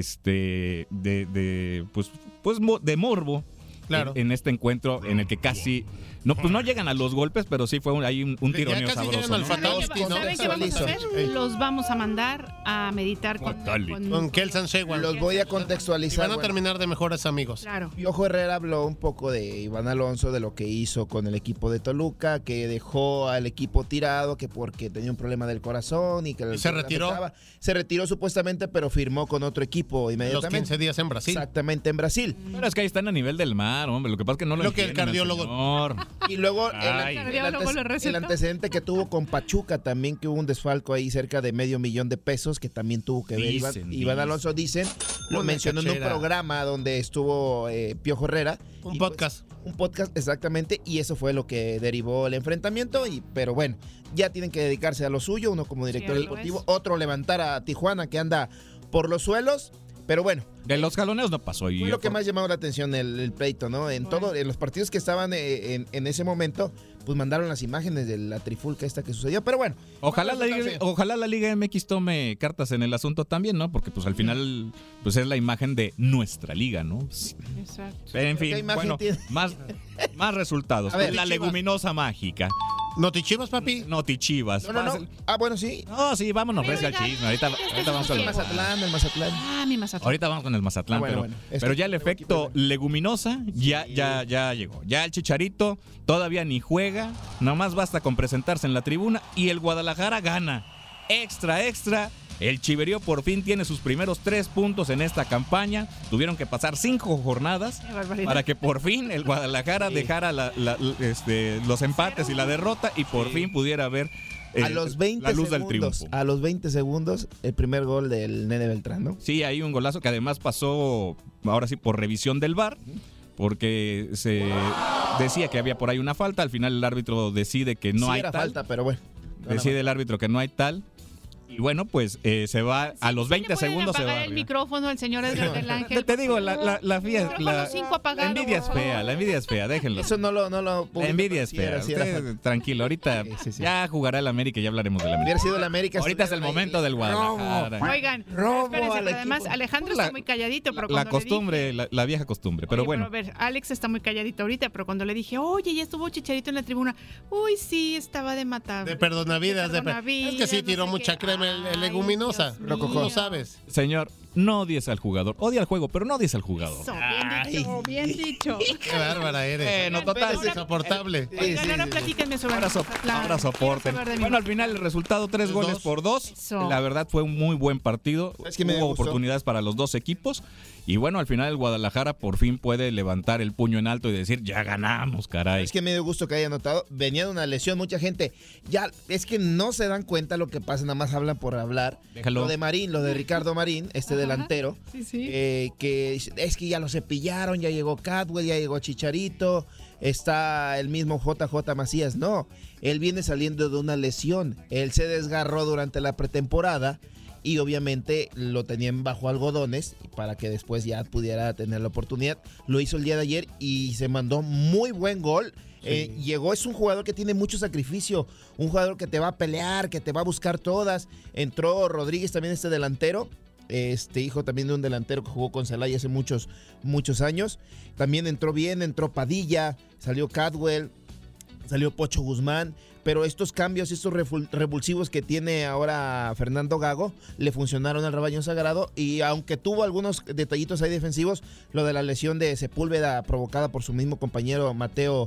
este de, de pues, pues mo- de morbo. Claro. En, en este encuentro en el que casi no pues no llegan a los golpes, pero sí fue un, ahí un, un Ya tironeo casi sabroso. llegan al ¿no? Fatality, ¿no? ¿Saben qué vamos a hacer? Ey. Los vamos a mandar a meditar con, Fatality. con- Con Kelsan Shewan. Los voy a Y contextualizar. van a bueno. terminar de mejores amigos. Claro. Piojo Herrera habló un poco de Iván Alonso, de lo que hizo con el equipo de Toluca, que dejó al equipo tirado, que porque tenía un problema del corazón y que Y se le retiró. afectaba. Se retiró supuestamente, pero firmó con otro equipo Los inmediatamente. quince días en Brasil. Exactamente, en Brasil. Pero es que ahí están a nivel del mar, hombre. Lo que pasa es que no lo Lo que el entienden al cardiólogo- señor. Y luego el, Ay. el Cardiólogo antes- le recetó. el antecedente que tuvo con Pachuca también, que hubo un desfalco ahí cerca de medio millón de pesos, que también tuvo que ver Iván, Dicen, Iván dicen. Alonso, dicen, lo Una mencionó en un cachera. programa donde estuvo eh, Piojo Herrera. Un Y, pues, podcast. un podcast, exactamente, y eso fue lo que derivó el enfrentamiento. Y, pero bueno, ya tienen que dedicarse a lo suyo, uno como director Sí, lo deportivo, es. otro levantar a Tijuana, que anda por los suelos. Pero bueno, De los jaloneos no pasó. Y fue lo que por- más llamó la atención el, el pleito, ¿no? En Bueno. todo, en los partidos que estaban eh, en, en ese momento, pues mandaron las imágenes de la trifulca esta que sucedió. Pero bueno, Ojalá la, vamos a Liga, tratarse. ojalá la Liga M X tome cartas en el asunto también, ¿no? Porque pues al final pues es la imagen de nuestra liga, ¿no? Exacto. En ¿Qué fin, imagen bueno, tiene? más, más resultados. A ver, la Chivas. leguminosa mágica. ¿Notichivas, papi? Notichivas. No, no, no. Ah, bueno, sí. No, sí, vámonos recio al chisme. Ahorita, ahorita vamos con El el Mazatlán, el Mazatlán. Ah, mi Mazatlán. Ahorita vamos con el Mazatlán, Ah, bueno, pero, bueno. Este pero ya el nuevo efecto equipo, leguminosa ya, ya, ya llegó. Ya el Chicharito todavía ni juega, nomás basta con presentarse en la tribuna y el Guadalajara gana. Extra, extra. El Chiverío por fin tiene sus primeros tres puntos en esta campaña. Tuvieron que pasar cinco jornadas Qué barbaridad. para que por fin el Guadalajara dejara la- la- este, los empates y la derrota y por fin pudiera ver eh, A los veinte la luz del segundos, triunfo. a los veinte segundos, el primer gol del Nene Beltrán, ¿no? Sí, hay un golazo que además pasó, ahora sí, por revisión del V A R, porque se decía que había por ahí una falta, al final el árbitro decide que no Sí hay era tal, falta, pero bueno. nada decide más. el árbitro que no hay tal, y bueno, pues eh, se va, a los veinte ¿Le pueden segundos se apagar va. el arriba. micrófono al señor Edgar del Ángel? Te, te digo, la, la, la, fía- Micrófono la- cinco apagado, la envidia es por favor. fea, la envidia es fea, déjenlo. Eso no lo, no lo La envidia es sí era- fea. sí era Usted, falta. tranquilo, ahorita Sí, sí, sí. ya jugará el América y ya hablaremos del América. Hubiera sido el América. Ahorita es el estuvieran momento ahí. del Guadalajara. Oigan, Robo espérense, al pero además equipo. Alejandro La- está muy calladito. Pero La cuando le costumbre, dije- la, la vieja costumbre, pero Oye, bueno. a ver, Alex está muy calladito ahorita, pero cuando le dije, oye, ya estuvo Chicharito en la tribuna, uy, sí, estaba de matar. De perdonavidas. De per- perdonavidas, es que sí no tiró sé mucha qué. crema el, el Ay, leguminosa. Dios Lo mío. no sabes. Señor, no odies al jugador. Odia al juego, pero no odies al jugador. Eso, bien dicho, bien dicho. Qué bárbara eres. Bueno, total. Es insoportable. Sí, Oigan, sí, ahora sí, sí. platíquenme sobre Ahora, el so- Mazatlán. ahora Quiero soporten. saber de mi Bueno, al final el resultado, tres Tres, goles dos. por dos. Eso. La verdad fue un muy buen partido. ¿Sabes qué me Hubo gustó? oportunidades para los dos equipos. Y bueno, al final el Guadalajara por fin puede levantar el puño en alto y decir, ya ganamos, caray. Es que me dio gusto que haya notado. Venía de una lesión, mucha gente. Ya, es que no se dan cuenta lo que pasa, nada más hablan por hablar. Déjalo. Lo de Marín, lo de Ricardo Marín, este Ajá. delantero. Sí, sí. eh, que es que ya lo cepillaron, ya llegó Cadwell, ya llegó Chicharito, está el mismo J J Macías. No, él viene saliendo de una lesión. Él se desgarró durante la pretemporada y obviamente lo tenían bajo algodones para que después ya pudiera tener la oportunidad. Lo hizo el día de ayer y se mandó muy buen gol. Sí. Eh, llegó, es un jugador que tiene mucho sacrificio, un jugador que te va a pelear, que te va a buscar todas. Entró Rodríguez también, este delantero, este hijo también de un delantero que jugó con Celaya hace muchos, muchos años. También entró bien, entró Padilla, salió Cadwell, salió Pocho Guzmán. Pero estos cambios, estos revulsivos que tiene ahora Fernando Gago, le funcionaron al rebaño sagrado. Y aunque tuvo algunos detallitos ahí defensivos, lo de la lesión de Sepúlveda provocada por su mismo compañero Mateo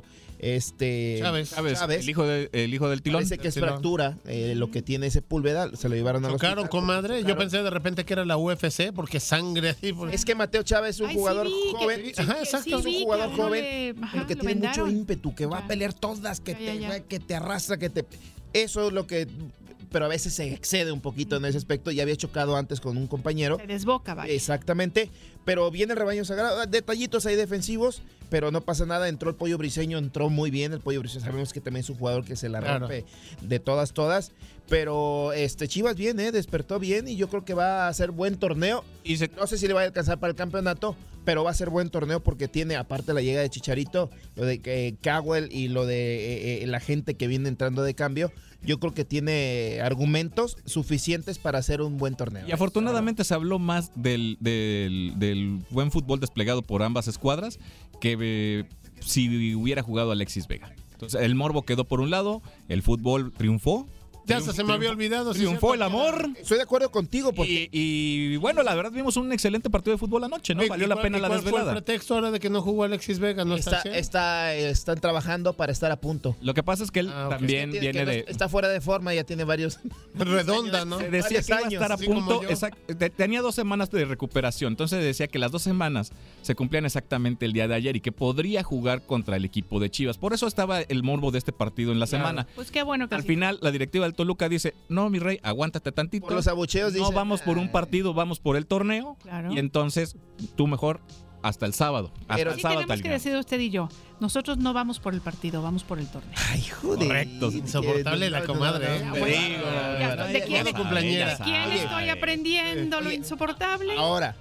este Chávez, Chávez, Chávez. El, hijo de, el hijo del tilón. Parece que es tilón. fractura eh, lo que tiene Sepúlveda, se lo llevaron a los Chocaron, comadre. Yo pensé de repente que era la U F C porque sangre así. Porque... Es que Mateo Chávez es un Ay, jugador sí, joven. que, Sí, ajá, exacto. es un jugador que joven, le, ajá, pero que lo tiene vendaron. mucho ímpetu, que va Ya. a pelear todas, que, Ya, te, ya, ya. que te arrastra, que te... Eso es lo que... Pero a veces se excede un poquito en ese aspecto. Ya había chocado antes con un compañero. Se desboca, vaya. Exactamente. Pero viene el rebaño sagrado. Detallitos ahí defensivos, pero no pasa nada. Entró el Pollo Briseño, entró muy bien. El Pollo Briseño sabemos que también es un jugador que se la Claro. rompe de todas, todas. Pero este Chivas bien, ¿eh? Despertó bien y yo creo que va a ser buen torneo. Y se- No sé si le va a alcanzar para el campeonato, pero va a ser buen torneo porque tiene, aparte la llegada de Chicharito, lo de eh, Cowell y lo de eh, eh, la gente que viene entrando de cambio, yo creo que tiene argumentos suficientes para hacer un buen torneo. Y afortunadamente se habló más del, del, del buen fútbol desplegado por ambas escuadras que eh, si hubiera jugado Alexis Vega. Entonces el morbo quedó por un lado, el fútbol triunfó. Ya hasta se me había olvidado. sí, Triunfó cierto. el amor. Estoy de acuerdo contigo porque Y, y bueno, la verdad vimos un excelente partido de fútbol anoche, ¿no? Oye, Valió ¿y la cuál- pena y la cuál fue desvelada. el pretexto ahora de que no jugó Alexis Vega? ¿No está, está, al cien? está, están trabajando para estar a punto. Lo que pasa es que él Ah, ok. también Tiene- viene que no- de... Está fuera de forma, ya tiene varios. Redonda, ¿no? Se decía varios que iba a años, estar a así como punto, yo. exact- te- tenía dos semanas de recuperación, entonces decía que las dos semanas se cumplían exactamente el día de ayer y que podría jugar contra el equipo de Chivas. Por eso estaba el morbo de este partido en la Claro. semana. Pues qué bueno que Al sí. final, la directiva del Toluca dice, no, mi rey, aguántate tantito. Por los abucheos no dice, vamos por un "Ay". partido, vamos por el torneo. Claro. Y entonces, tú mejor hasta el sábado. Hasta Pero el Sí sábado tenemos que terminamos. decir usted y yo. Nosotros no vamos por el partido, vamos por el torneo. Ay, joder. Correcto. Insoportable la comadre, ¿eh? Ya, Te bueno. digo, Ya, la ¿de verdad. quién- Ya de cumpleañera. ¿De quién Oye, estoy aprendiendo lo Oye, insoportable? Ahora,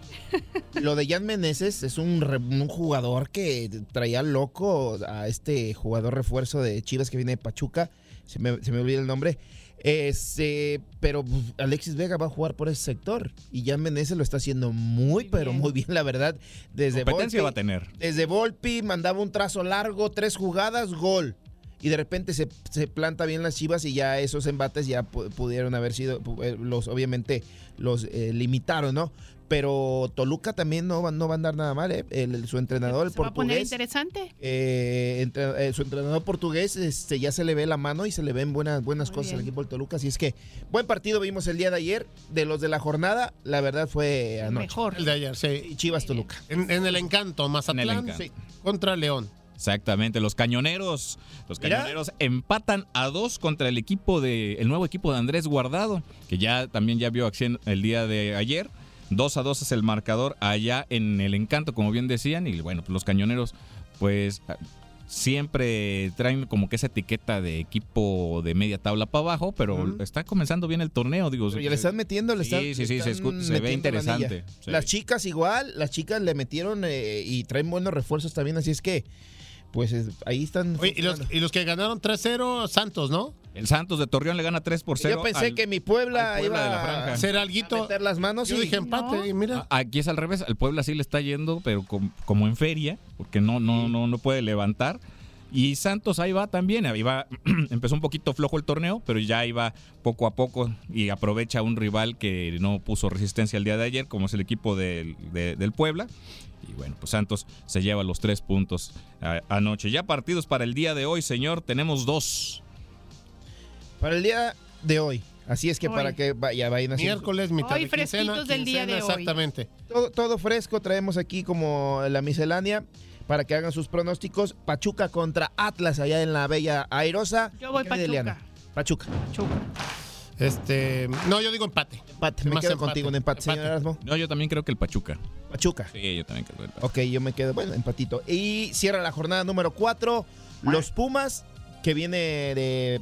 lo de Jan Meneses es un, re- un jugador que traía loco a este jugador refuerzo de Chivas que viene de Pachuca. Se me, se me olvida el nombre. Este, pero pues, Alexis Vega va a jugar por ese sector y Jan Meneses lo está haciendo muy, Muy pero bien. muy bien, la verdad. Desde Competencia Volpi, va a tener. desde Volpi mandaba un trazo largo, tres jugadas, gol. Y de repente se, se planta bien las Chivas y ya esos embates ya pu- pudieron haber sido, pu- eh, los obviamente los eh, limitaron, ¿no? Pero Toluca también no va, no va a andar nada mal, ¿eh? El- el- su entrenador, el ¿Se va a poner portugués, interesante? eh, entre- eh, su entrenador portugués este, ya se le ve la mano y se le ven buenas, buenas Muy cosas al bien. equipo del Toluca. Así es que buen partido vimos el día de ayer. De los de la jornada, la verdad fue El anoche. mejor. El de ayer, sí. Y Chivas Muy bien. Toluca. En, en el Encanto, Mazatlán En el Encanto. sí, contra León. Exactamente, los cañoneros. Los Mira. cañoneros empatan a dos contra el equipo de, el nuevo equipo de Andrés Guardado, que ya también ya vio acción el día de ayer. Dos a dos es el marcador allá en el Encanto, como bien decían. Y bueno, pues los cañoneros, pues siempre traen como que esa etiqueta de equipo de media tabla para abajo, pero Ujú. está comenzando bien el torneo, digo. Pero ya le están metiendo, le Sí, están, sí, le sí, se están escu- se ve metiendo interesante, la anilla. sí. Las chicas igual, las chicas le metieron eh, y traen buenos refuerzos también, así es que pues es- ahí están. Oye, y los, y los que ganaron tres cero, Santos, ¿no? El Santos de Torreón le gana tres por cero. Yo pensé al- que mi Puebla, al Puebla de la iba Franja. a Hacer alguito. meter las manos Yo y dije empate No. y mira. A- Aquí es al revés, al Puebla sí le está yendo, pero com- como en feria, porque no, no, no, no puede levantar. Y Santos ahí va también, ahí va, empezó un poquito flojo el torneo, pero ya ahí va poco a poco y aprovecha un rival que no puso resistencia el día de ayer, como es el equipo del, de- del Puebla. Y bueno, pues Santos se lleva los tres puntos a- anoche. Ya partidos para el día de hoy, señor, tenemos dos. para el día de hoy. Así es que Hoy. para que vaya, vayan haciendo Miércoles, mitad Hoy de quincena. fresquitos del día quincena, de hoy. Exactamente. todo, todo fresco. Traemos aquí como la miscelánea para que hagan sus pronósticos. Pachuca contra Atlas allá en la bella Airosa. Yo voy ¿Qué de Eliana? Pachuca. Pachuca. Pachuca. Este, no, yo digo empate. Empate. Me Más quedo empate. contigo en empate, señor Empate. Erasmo. No, yo también creo que el Pachuca. Pachuca. Sí, yo también creo que el Pachuca. Ok, yo me quedo, bueno, empatito. Y cierra la jornada número cuatro, los Pumas, que viene de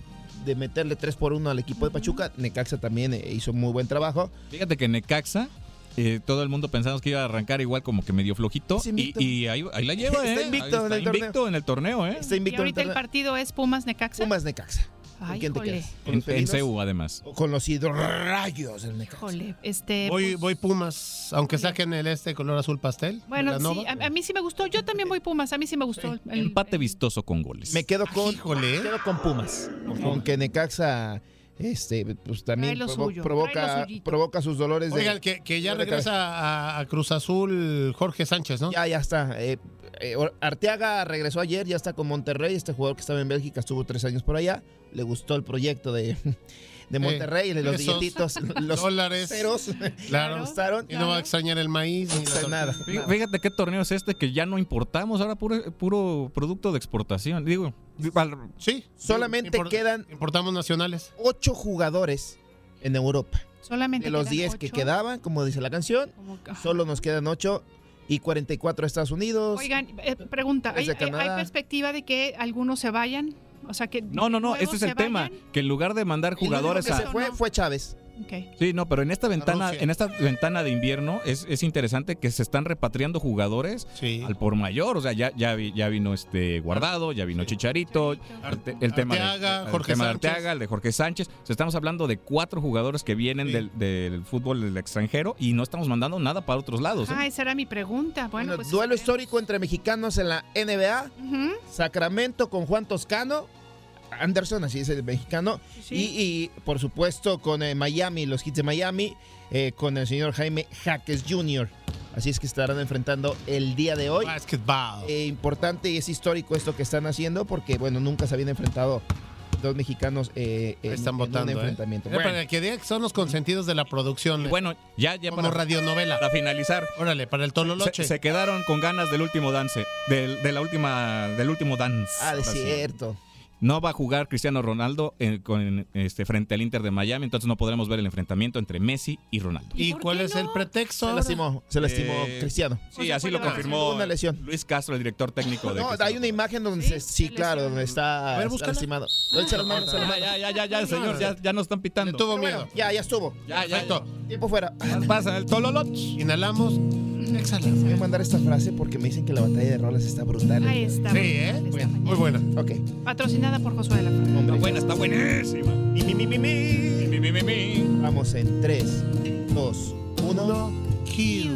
de meterle tres por uno al equipo de Pachuca. Necaxa también eh, hizo muy buen trabajo. Fíjate que Necaxa, eh, todo el mundo pensamos que iba a arrancar igual como que medio flojito. Es invicto. Y, y ahí, ahí la lleva, ¿eh? Está invicto Ahí en está el torneo. invicto en el torneo, ¿eh? Está Y invicto en el ahorita el torneo. partido es Pumas-Necaxa. Pumas Necaxa. ¿Con Ay, quién te híjole. quedas? ¿Con En, los en felinos? C U, además. O con los hidrorrayos del Necaxa. Híjole, este... Voy, pues, voy Pumas, aunque saquen el este color azul pastel. bueno, de la Nova. sí, a, a mí sí me gustó. Yo también voy Pumas. A mí sí me gustó. el- Empate vistoso con goles. Me quedo con, Híjole. me quedo con Pumas. Con que Necaxa este, pues también Trae lo provo- suyo, trae provoca, lo suyito. provoca sus dolores. de- Oigan, que, que ya de cabeza. regresa a, a Cruz Azul Jorge Sánchez, ¿no? Ya, ya está. Eh, eh, Arteaga regresó ayer, ya está con Monterrey. Este jugador que estaba en Bélgica estuvo tres años por allá. Le gustó el proyecto de, de Monterrey, de los esos billetitos, los dólares. ceros. Claro. Le gustaron. Y no va a extrañar el maíz ni la tortilla. Nada. Fí- Fíjate qué torneo es este que ya no importamos, ahora puro, puro producto de exportación. Digo, al- Sí. Solamente Import- quedan Importamos nacionales. ocho jugadores en Europa. Solamente De los quedan diez que ocho. quedaban, como dice la canción, Como que- ajá. solo nos quedan ocho y cuarenta y cuatro de Estados Unidos. Oigan, eh, pregunta, ¿hay, Desde hay- hay Canadá. perspectiva de que algunos se vayan? O sea, que no, no, no, nuevos este es se el tema, vayan. que en lugar de mandar El único jugadores que a... se fue fue Chávez. Ok. Sí, no, pero en esta ventana, Rusia. en esta ventana de invierno es, es interesante que se están repatriando jugadores Sí. al por mayor. O sea, ya, ya, vi- ya vino este Guardado, ya vino Chicharito, el, te- el tema, Arteaga, de, el Jorge tema de Sánchez. Arteaga, el de Jorge Sánchez. O sea, estamos hablando de cuatro jugadores que vienen Sí. del, del fútbol del extranjero y no estamos mandando nada para otros lados. ¿eh? Ah, esa era mi pregunta. Bueno, Bueno, pues duelo esperemos. histórico entre mexicanos en la N B A. Ujú. Sacramento con Juan Toscano. Anderson, así es el mexicano. Sí. Y, y, por supuesto con eh, Miami, los Heat de Miami, eh, con el señor Jaime Jaques junior Así es que estarán enfrentando el día de hoy. Basketball. Eh, importante y es histórico esto que están haciendo porque, bueno, nunca se habían enfrentado dos mexicanos eh, en, Están en votando. un ¿eh? enfrentamiento. Era Para que digan que son los consentidos de la producción. Y bueno, ya, ya como para, radionovela. para finalizar. Órale, para el Se, Tololoche. se quedaron con ganas del último dance, del, de la última, del último dance. Ah, de Ahora sí. cierto. No va a jugar Cristiano Ronaldo en- con, este, frente al Inter de Miami, entonces no podremos ver el enfrentamiento entre Messi y Ronaldo. ¿Y por cuál qué es no? el pretexto? Se ahora? lastimó, se lastimó Eh, Cristiano. Sí, así lo fue la- confirmó una lesión. Luis Castro, el director técnico de No, Cristiano hay una imagen donde Sí, se, sí, se claro, lesionó. donde está, A ver, está búscala. lastimado. Él se las manda, se las Ya, manda. ya, ya, ya, ya, señor, ya, ya nos están Le pitando. tuvo Pero miedo. bueno, ya, ya estuvo. Ya, ya, Perfecto. Tiempo fuera. ya. Pasa el tololoch. Inhalamos. Exhalamos. Voy a mandar esta frase porque me dicen que la batalla de rolas está brutal. Ahí está. Sí, ¿eh? brutal esta Muy mañana. buena. Ok, Patrocinada por Josué de la Frontera. hombre. Está buena, está buenísima. Mi, mi, mi, mi, mi. Mi, mi, mi, mi. Vamos en tres, dos, uno. Kill.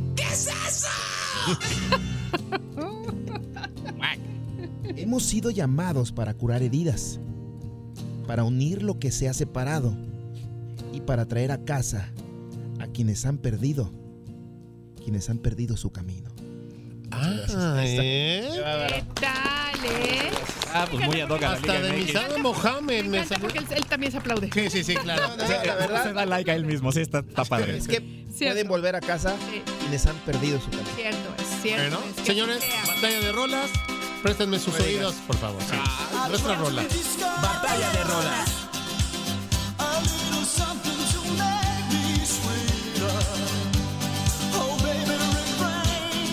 Hemos sido llamados para curar heridas, para unir lo que se ha separado y para traer a casa a quienes han perdido, quienes han perdido su camino. Ah, ¿eh? ¿Qué tal, eh? Ah, pues muy ad hoc a la Hasta Liga de M X. Misada Mohamed Me me encanta salió. porque él, él también se aplaude. Sí, sí, sí, claro. No, no, Sí, la verdad, se da like a él mismo, sí, está, está padre. es que Cierto. pueden volver a casa Sí, quienes han perdido su camino. cierto, es cierto. Bueno, es que señores, sea. batalla de rolas. Préstenme sus oídos, por favor. Sí. Nuestra rola. Batalla de rolas. A little something to make me sweeter. Oh, baby, refrain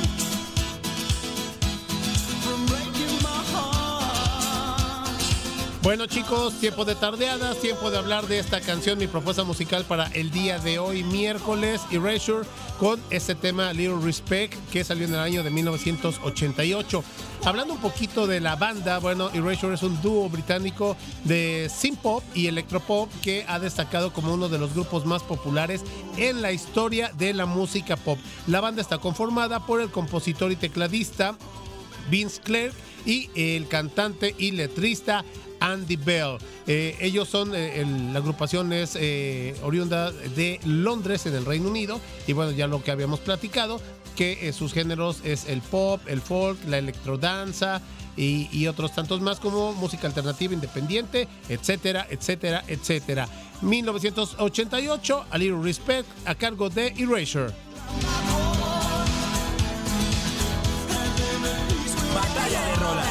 from breaking my heart. Bueno, chicos, tiempo de tardeadas, tiempo de hablar de esta canción, mi propuesta musical para el día de hoy, miércoles, Erasure, con este tema Little Respect, que salió en el año de mil novecientos ochenta y ocho. Hablando un poquito de la banda, bueno, Erasure es un dúo británico de synth-pop y electropop que ha destacado como uno de los grupos más populares en la historia de la música pop. La banda está conformada por el compositor y tecladista Vince Clarke y el cantante y letrista Andy Bell. Eh, ellos son, eh, el- la agrupación es eh, oriunda de Londres, en el Reino Unido, y bueno, ya lo que habíamos platicado, que eh, sus géneros es el pop, el folk, la electrodanza y, y otros tantos más como música alternativa independiente, etcétera, etcétera, etcétera. mil novecientos ochenta y ocho, A Little Respect, a cargo de Erasure. Batalla de rolas.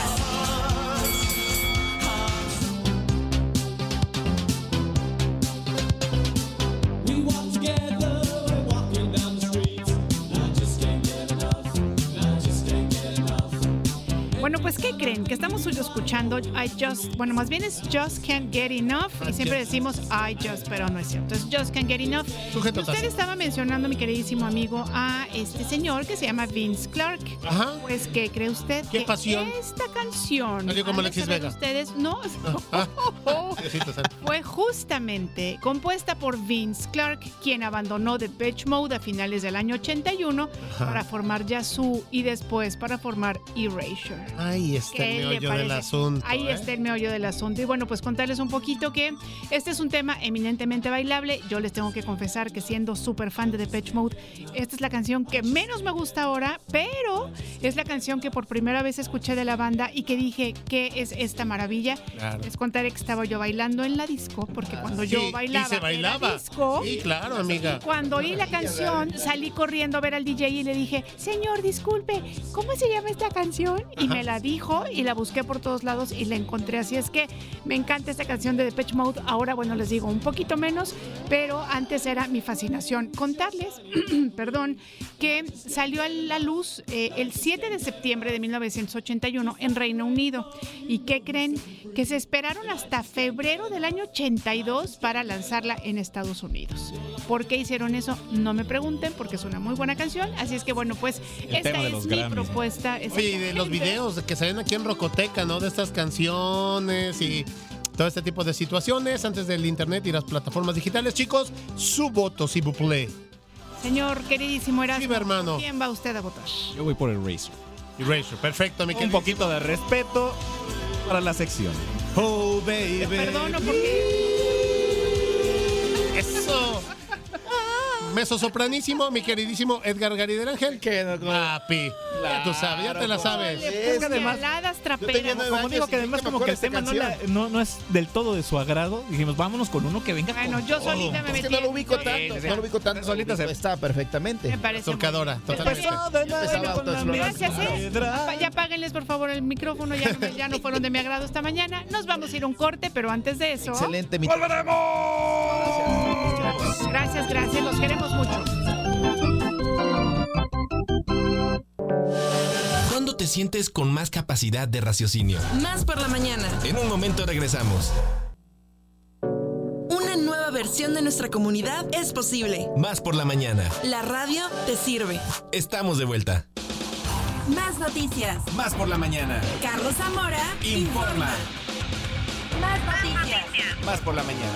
We walk together, walking down the street. I just can't get enough. I just can't get enough. Bueno, pues, ¿qué creen? Que estamos escuchando I Just, bueno, más bien es Just Can't Get Enough y siempre decimos I Just, pero no es cierto, es Just Can't Get Enough. Sujeto Usted tácito. estaba mencionando, mi queridísimo amigo, a este señor que se llama Vince Clark. Ajá. Pues, ¿qué cree usted? ¿Qué Que pasión? Esta canción, Salió como han de Alexis saber Vega. ustedes, no, Ah, Diosito santo. fue justamente compuesta por Vince Clark, quien abandonó Depeche Mode a finales del año ochenta y uno Ajá. para formar Yazoo y después para formar Erasure. Ahí está ¿Qué el le meollo del parece? asunto. Ahí ¿eh? está el meollo del asunto. Y bueno, pues contarles un poquito que este es un tema eminentemente bailable. Yo les tengo que confesar que siendo súper fan de Depeche Mode, esta es la canción que menos me gusta ahora, pero es la canción que por primera vez escuché de la banda y que dije, ¿qué es esta maravilla? Claro. Les contaré que estaba yo bailando en la disco, porque cuando Sí, yo bailaba, y se bailaba. era disco. Sí, claro, amiga. Cuando oí la canción, salí corriendo a ver al D J y le dije, señor, disculpe, ¿cómo se llama esta canción? Y Ajá. me la dijo y la busqué por todos lados y la encontré. Así es que me encanta esta canción de Depeche Mode. Ahora, bueno, les digo un poquito menos, pero antes era mi fascinación. Contarles, perdón, que salió a la luz eh, el siete de septiembre de mil novecientos ochenta y uno en Reino Unido. ¿Y qué creen? Que se esperaron hasta febrero del año ochenta y dos para lanzarla en Estados Unidos. ¿Por qué hicieron eso? No me pregunten, porque es una muy buena canción. Así es que, bueno, pues El esta tema de es los mi Grammys, ¿no? propuesta. Oye, y de los videos que salen aquí en Rocoteca, ¿no? De estas canciones y todo este tipo de situaciones antes del internet y las plataformas digitales. Chicos, su voto, si vous plaît. Señor queridísimo Erasmo, Sí, hermano. ¿quién va usted a votar? Yo voy por el Razor. Erasure, perfecto, mi Un querido. poquito de respeto para la sección. Oh, baby. Te perdono porque... Eso. Meso sopranísimo, mi queridísimo Edgar Gary del Ángel. Que no, como- Papi. Ya tú sabes, ya te la sabes. Es que además- además, traperas. tenía nueve Como años digo y que además nunca me como que el acuerdo tema no, esta la- canción. no, no es del todo de su agrado, dijimos, vámonos con uno que venga Bueno, con yo todo. solita me Es metí. que no lo ubico yo- tanto, sí, sí. no lo ubico tanto. Solita se- Está perfectamente. Me parece muy Surcadora, bien. totalmente. Empezó de nuevo Empezaba con la autoexplorar. Gracias, ¿eh? piedra. Pa- Ya páguenles, por favor, el micrófono. Ya no, me- ya no fueron de mi agrado esta mañana. Nos vamos a ir a un corte, pero antes de eso... Excelente, mi Gracias, gracias. Los queremos mucho. ¿Cuándo te sientes con más capacidad de raciocinio? Más por la mañana. En un momento regresamos. Una nueva versión de nuestra comunidad es posible. Más por la mañana. La radio te sirve. Estamos de vuelta. Más noticias. Más por la mañana. Carlos Zamora Informa. Más noticias. Más por la mañana.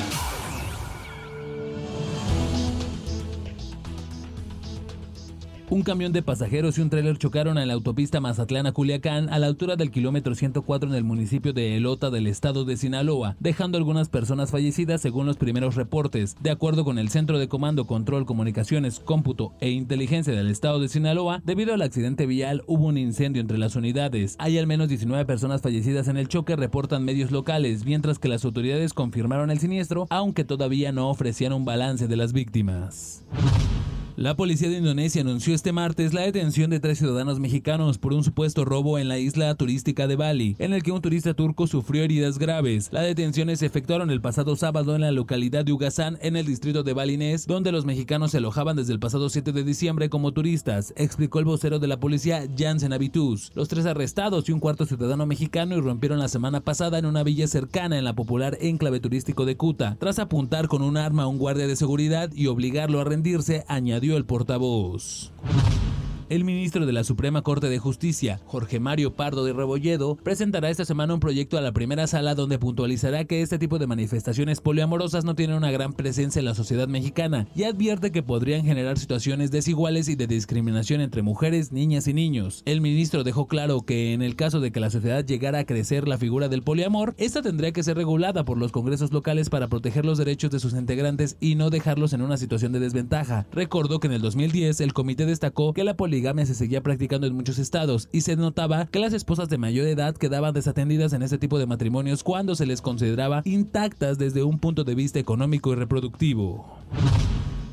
Un camión de pasajeros y un tráiler chocaron en la autopista Mazatlán a Culiacán a la altura del kilómetro ciento cuatro en el municipio de Elota del estado de Sinaloa, dejando algunas personas fallecidas según los primeros reportes. De acuerdo con el Centro de Comando, Control, Comunicaciones, Cómputo e Inteligencia del estado de Sinaloa, debido al accidente vial hubo un incendio entre las unidades. Hay al menos diecinueve personas fallecidas en el choque, reportan medios locales, mientras que las autoridades confirmaron el siniestro, aunque todavía no ofrecían un balance de las víctimas. La policía de Indonesia anunció este martes la detención de tres ciudadanos mexicanos por un supuesto robo en la isla turística de Bali, en el que un turista turco sufrió heridas graves. Las detenciones se efectuaron el pasado sábado en la localidad de Ugazán, en el distrito de Balinés, donde los mexicanos se alojaban desde el pasado siete de diciembre como turistas, explicó el vocero de la policía, Jansen Abitus. Los tres arrestados y un cuarto ciudadano mexicano irrumpieron la semana pasada en una villa cercana en la popular enclave turístico de Kuta, tras apuntar con un arma a un guardia de seguridad y obligarlo a rendirse, añadió el portavoz. El ministro de la Suprema Corte de Justicia, Jorge Mario Pardo de Rebolledo, presentará esta semana un proyecto a la primera sala donde puntualizará que este tipo de manifestaciones poliamorosas no tienen una gran presencia en la sociedad mexicana y advierte que podrían generar situaciones desiguales y de discriminación entre mujeres, niñas y niños. El ministro dejó claro que en el caso de que la sociedad llegara a crecer la figura del poliamor, esta tendría que ser regulada por los congresos locales para proteger los derechos de sus integrantes y no dejarlos en una situación de desventaja. Recordó que en el dos mil diez el comité destacó que la poligamia se seguía practicando en muchos estados y se notaba que las esposas de mayor edad quedaban desatendidas en este tipo de matrimonios cuando se les consideraba intactas desde un punto de vista económico y reproductivo.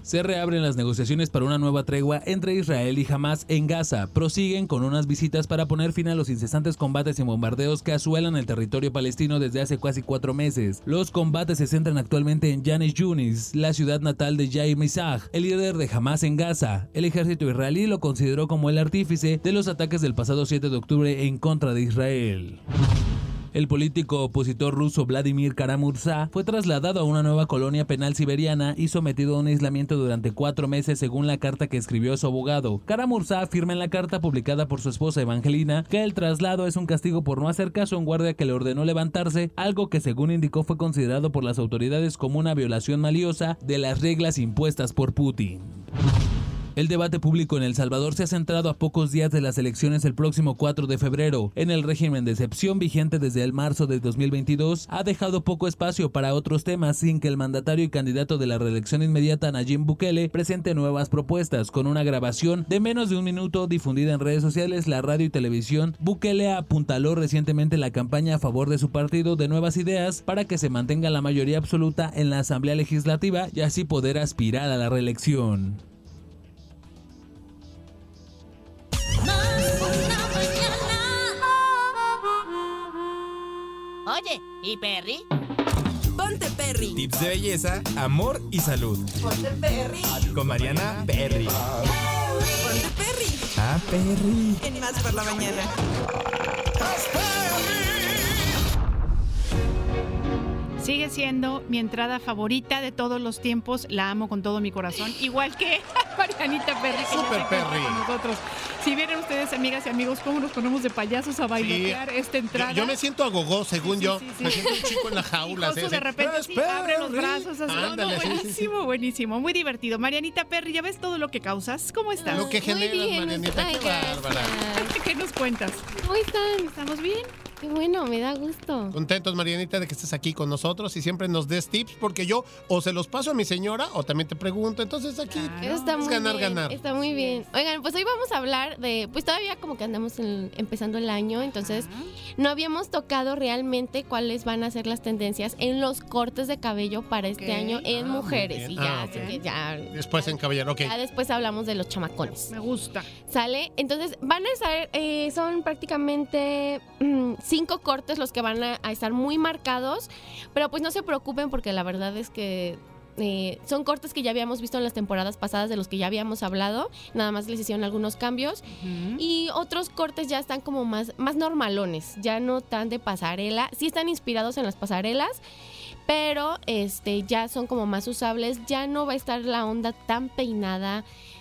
Se reabren las negociaciones para una nueva tregua entre Israel y Hamás en Gaza. Prosiguen con unas visitas para poner fin a los incesantes combates y bombardeos que asuelan el territorio palestino desde hace casi cuatro meses. Los combates se centran actualmente en Yanis Yunis, la ciudad natal de Yair Mizah, el líder de Hamás en Gaza. El ejército israelí lo consideró como el artífice de los ataques del pasado siete de octubre en contra de Israel. El político opositor ruso Vladimir Kara-Murza fue trasladado a una nueva colonia penal siberiana y sometido a un aislamiento durante cuatro meses según la carta que escribió su abogado. Kara-Murza afirma en la carta publicada por su esposa Evangelina que el traslado es un castigo por no hacer caso a un guardia que le ordenó levantarse, algo que según indicó fue considerado por las autoridades como una violación maliosa de las reglas impuestas por Putin. El debate público en El Salvador se ha centrado a pocos días de las elecciones el próximo cuatro de febrero. En el régimen de excepción vigente desde el marzo de dos mil veintidós, ha dejado poco espacio para otros temas sin que el mandatario y candidato de la reelección inmediata Nayib Bukele presente nuevas propuestas. Con una grabación de menos de un minuto difundida en redes sociales, la radio y televisión, Bukele apuntaló recientemente la campaña a favor de su partido de Nuevas Ideas para que se mantenga la mayoría absoluta en la Asamblea Legislativa y así poder aspirar a la reelección. Oye, ¿y Perry? Ponte Perry. Tips de belleza, amor y salud. Ponte Perry. Con Mariana Perry. Ponte Perry. Ah, Perry. En Más por la Mañana. Sigue siendo mi entrada favorita de todos los tiempos. La amo con todo mi corazón. Igual que Marianita Perry. Que Super ya se Perry. con nosotros. Si vieran ustedes, amigas y amigos, cómo nos ponemos de payasos a bailotear esta entrada. Yo, yo me siento agogó, según Sí, yo. sí, sí, Me sí. siento un chico en la jaula. Y Josu así, de así. repente ¡Es sí, abre los Perry! brazos. Así, no, Ándale, no, sí, sí, sí. buenísimo, buenísimo. Muy divertido. Marianita Perry, ¿ya ves todo lo que causas? ¿Cómo estás? Lo que generas, bien, Marianita, ay, qué gracias. bárbara. ¿Qué nos cuentas? ¿Cómo están? ¿Estamos bien? Qué bueno, me da gusto. Contentos, Marianita, de que estés aquí con nosotros y siempre nos des tips, porque yo o se los paso a mi señora o también te pregunto. Entonces aquí Eso está es muy ganar, bien, ganar. Está muy bien. Oigan, pues hoy vamos a hablar de, pues todavía como que andamos en- empezando el año, entonces no habíamos tocado realmente cuáles van a ser las tendencias en los cortes de cabello para este Ok. año en Ah, muy mujeres. bien. Y ya, Ah, así ok. que ya, Después en caballero, ok. ya después hablamos de los chamacones. Me gusta. ¿Sale? Entonces van a estar, eh, son prácticamente mm, cinco cortes los que van a, a estar muy marcados, pero pues no se preocupen porque la verdad es que eh, son cortes que ya habíamos visto en las temporadas pasadas, de los que ya habíamos hablado, nada más les hicieron algunos cambios y otros cortes ya están como más, más normalones, ya no tan de pasarela, sí están inspirados en las pasarelas, pero este ya son como más usables, ya no va a estar la onda tan peinada,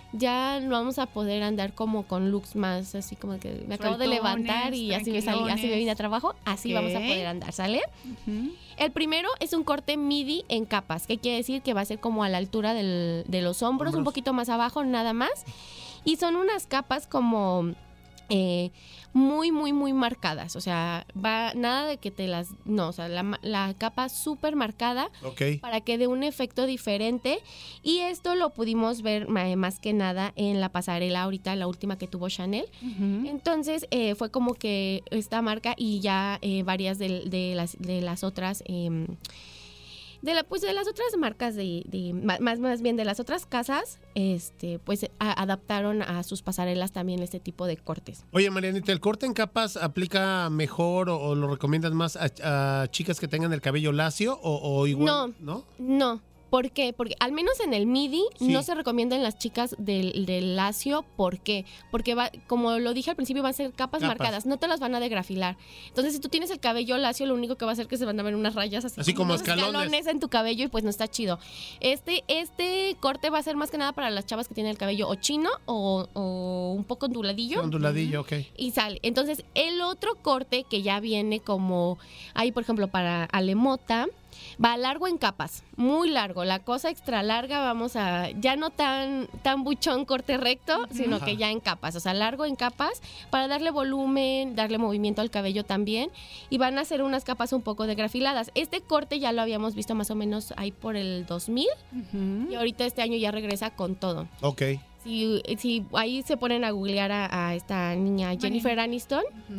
ya no vamos a poder andar como con looks más así como que me acabo de Sueltones, levantar y así me salí, así me vine a trabajo, así Ok. vamos a poder andar, ¿sale? Ujú. El primero es un corte midi en capas, que quiere decir que va a ser como a la altura del- de los hombros, un Hombros. poquito más abajo, nada más. Y son unas capas como eh, muy, muy, muy marcadas. O sea, va nada de que te las... No, o sea, la, ma- la capa súper marcada Ok. para que dé un efecto diferente. Y esto lo pudimos ver ma- más que nada en la pasarela ahorita, la última que tuvo Chanel. Ujú. Entonces eh, fue como que esta marca y ya eh, varias de, de las, de las otras... em, de la, pues de las otras marcas de, de- ma- más más bien de las otras casas, este, pues a- adaptaron a sus pasarelas también este tipo de cortes. Oye, Marianita, ¿el corte en capas aplica mejor o, o lo recomiendas más a, a chicas que tengan el cabello lacio o, o igual? No. ¿No? No. ¿Por qué? Porque al menos en el midi Sí. no se recomienda en las chicas del, del lacio. ¿Por qué? Porque va, como lo dije al principio, van a ser capas, Capas. marcadas, no te las van a degrafilar. Entonces, si tú tienes el cabello lacio, lo único que va a hacer es que se van a ver unas rayas así, Así como unos escalones. en tu cabello y pues no está chido. Este, este corte va a ser más que nada para las chavas que tienen el cabello o chino o, o un poco onduladillo. Onduladillo, ok. Y sale. Entonces, el otro corte que ya viene como ahí, por ejemplo, para Alemota, va largo en capas, muy largo. La cosa extra larga, vamos a, ya no tan, tan buchón corte recto, sino Ajá. que ya en capas. O sea, largo en capas para darle volumen, darle movimiento al cabello también. Y van a ser unas capas un poco degrafiladas. Este corte ya lo habíamos visto más o menos ahí por el dos mil. Ujú. Y ahorita este año ya regresa con todo. Ok. Si, si ahí se ponen a googlear a, a esta niña Jennifer Aniston, Ujú.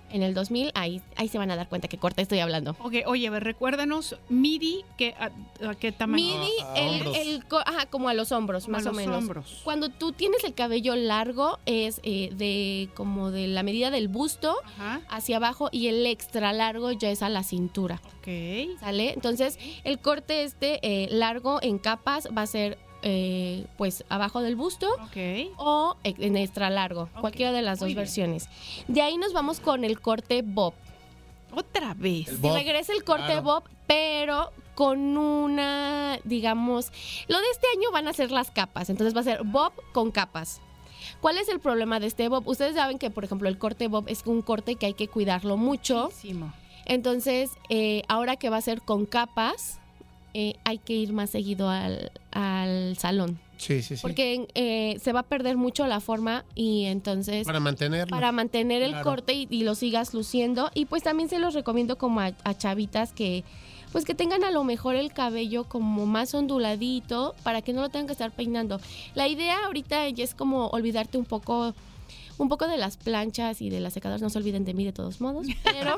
En el dos mil, ahí, ahí se van a dar cuenta qué corte estoy hablando. Ok, oye, a ver, recuérdanos, midi, ¿qué, a, a qué tamaño? Midi, A- a el, hombros. el co- ajá, como a los hombros, Como a más los o menos. hombros. Cuando tú tienes el cabello largo, es eh, de como de la medida del busto hacia abajo, y el extra largo ya es a la cintura. Ok. ¿Sale? Entonces, el corte este eh, largo en capas va a ser eh, pues abajo del busto o en extra largo, cualquiera de las Muy dos bien. versiones. De ahí nos vamos con el corte bob. Otra vez. Y regresa el corte Claro. bob, pero con una, digamos, lo de este año van a ser las capas, entonces va a ser bob con capas. ¿Cuál es el problema de este bob? Ustedes saben que, por ejemplo, el corte bob es un corte que hay que cuidarlo mucho. Muchísimo. Entonces, eh, ahora que va a ser con capas, eh, hay que ir más seguido al, al salón. Sí, sí, sí. Porque eh, se va a perder mucho la forma y entonces... Para mantenerlo. Para mantener el Claro. corte y, y lo sigas luciendo. Y pues también se los recomiendo como a, a chavitas que pues que tengan a lo mejor el cabello como más onduladito para que no lo tengan que estar peinando. La idea ahorita ya es como olvidarte un poco... Un poco de las planchas y de las secadoras, no se olviden de mí de todos modos, pero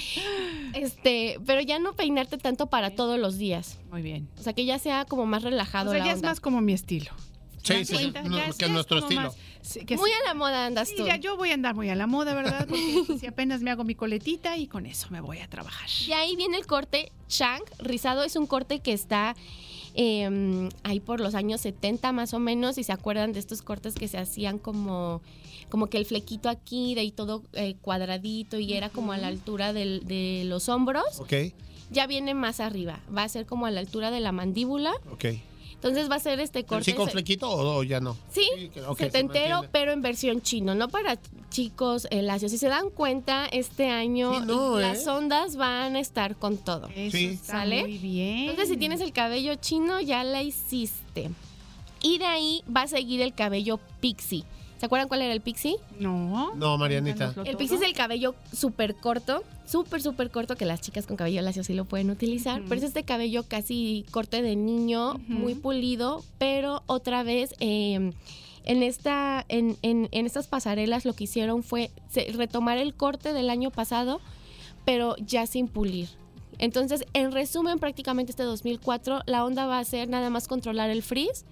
este, pero ya no peinarte tanto para todos los días. Muy bien. O sea, que ya sea como más relajado O sea, la ya es onda. más como mi estilo. Sí, ¿Te sí, das sí, cuenta? no, Ya es- que ya es nuestro como estilo. más- sí, que Muy sí. a la moda andas Sí, tú. ya yo voy a andar muy a la moda, ¿verdad? Porque si apenas me hago mi coletita y con eso me voy a trabajar. Y ahí viene el corte Shank rizado. Es un corte que está eh, ahí por los años setenta más o menos. Y se acuerdan de estos cortes que se hacían como, como que el flequito aquí, de ahí todo eh, cuadradito y era como a la altura del- de los hombros. Ok, Ya viene más arriba. Va a ser como a la altura de la mandíbula. ok. Entonces va a ser este ¿Pero corte. sí con se- flequito o, o ya no? Sí, que- ok, se setentero, mantiene. pero en versión chino, no para chicos eh, lacios. Si se dan cuenta, este año Sí, no, las ¿eh? ondas van a estar con todo. Eso Sí. está ¿Sale? muy bien. Entonces, si tienes el cabello chino, ya la hiciste. Y de ahí va a seguir el cabello pixie. ¿Se acuerdan cuál era el pixie? No. No, Marianita. El pixie es el cabello súper corto, súper, súper corto, que las chicas con cabello lacio sí lo pueden utilizar. Ujú. Pero es este cabello casi corte de niño, Ujú. muy pulido, pero otra vez... eh, en, esta, en, en, en estas pasarelas lo que hicieron fue se- retomar el corte del año pasado, pero ya sin pulir. Entonces, en resumen, prácticamente este dos mil cuatro, la onda va a ser nada más controlar el frizz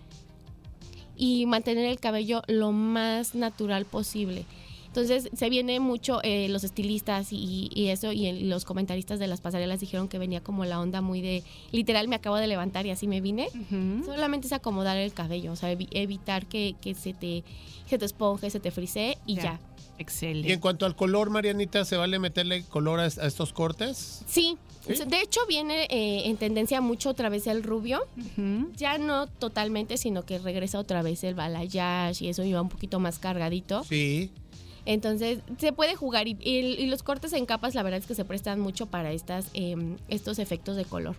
y mantener el cabello lo más natural posible. Entonces se viene mucho, eh, los estilistas y, y eso, y el- los comentaristas de las pasarelas dijeron que venía como la onda muy de, literal me acabo de levantar y así me vine. Ujú. Solamente es acomodar el cabello, o sea, evi- evitar que, que se te se te esponje, se te frisee y Ya. ya. Excelente. Y en cuanto al color, Marianita, ¿se vale meterle color a, a estos cortes? Sí, ¿Sí? de hecho viene eh, en tendencia mucho otra vez el rubio. Ujú. Ya no totalmente, sino que regresa otra vez el balayage y eso iba un poquito más cargadito. Sí. Entonces se puede jugar y, y- y los cortes en capas la verdad es que se prestan mucho para estas, em, estos efectos de color.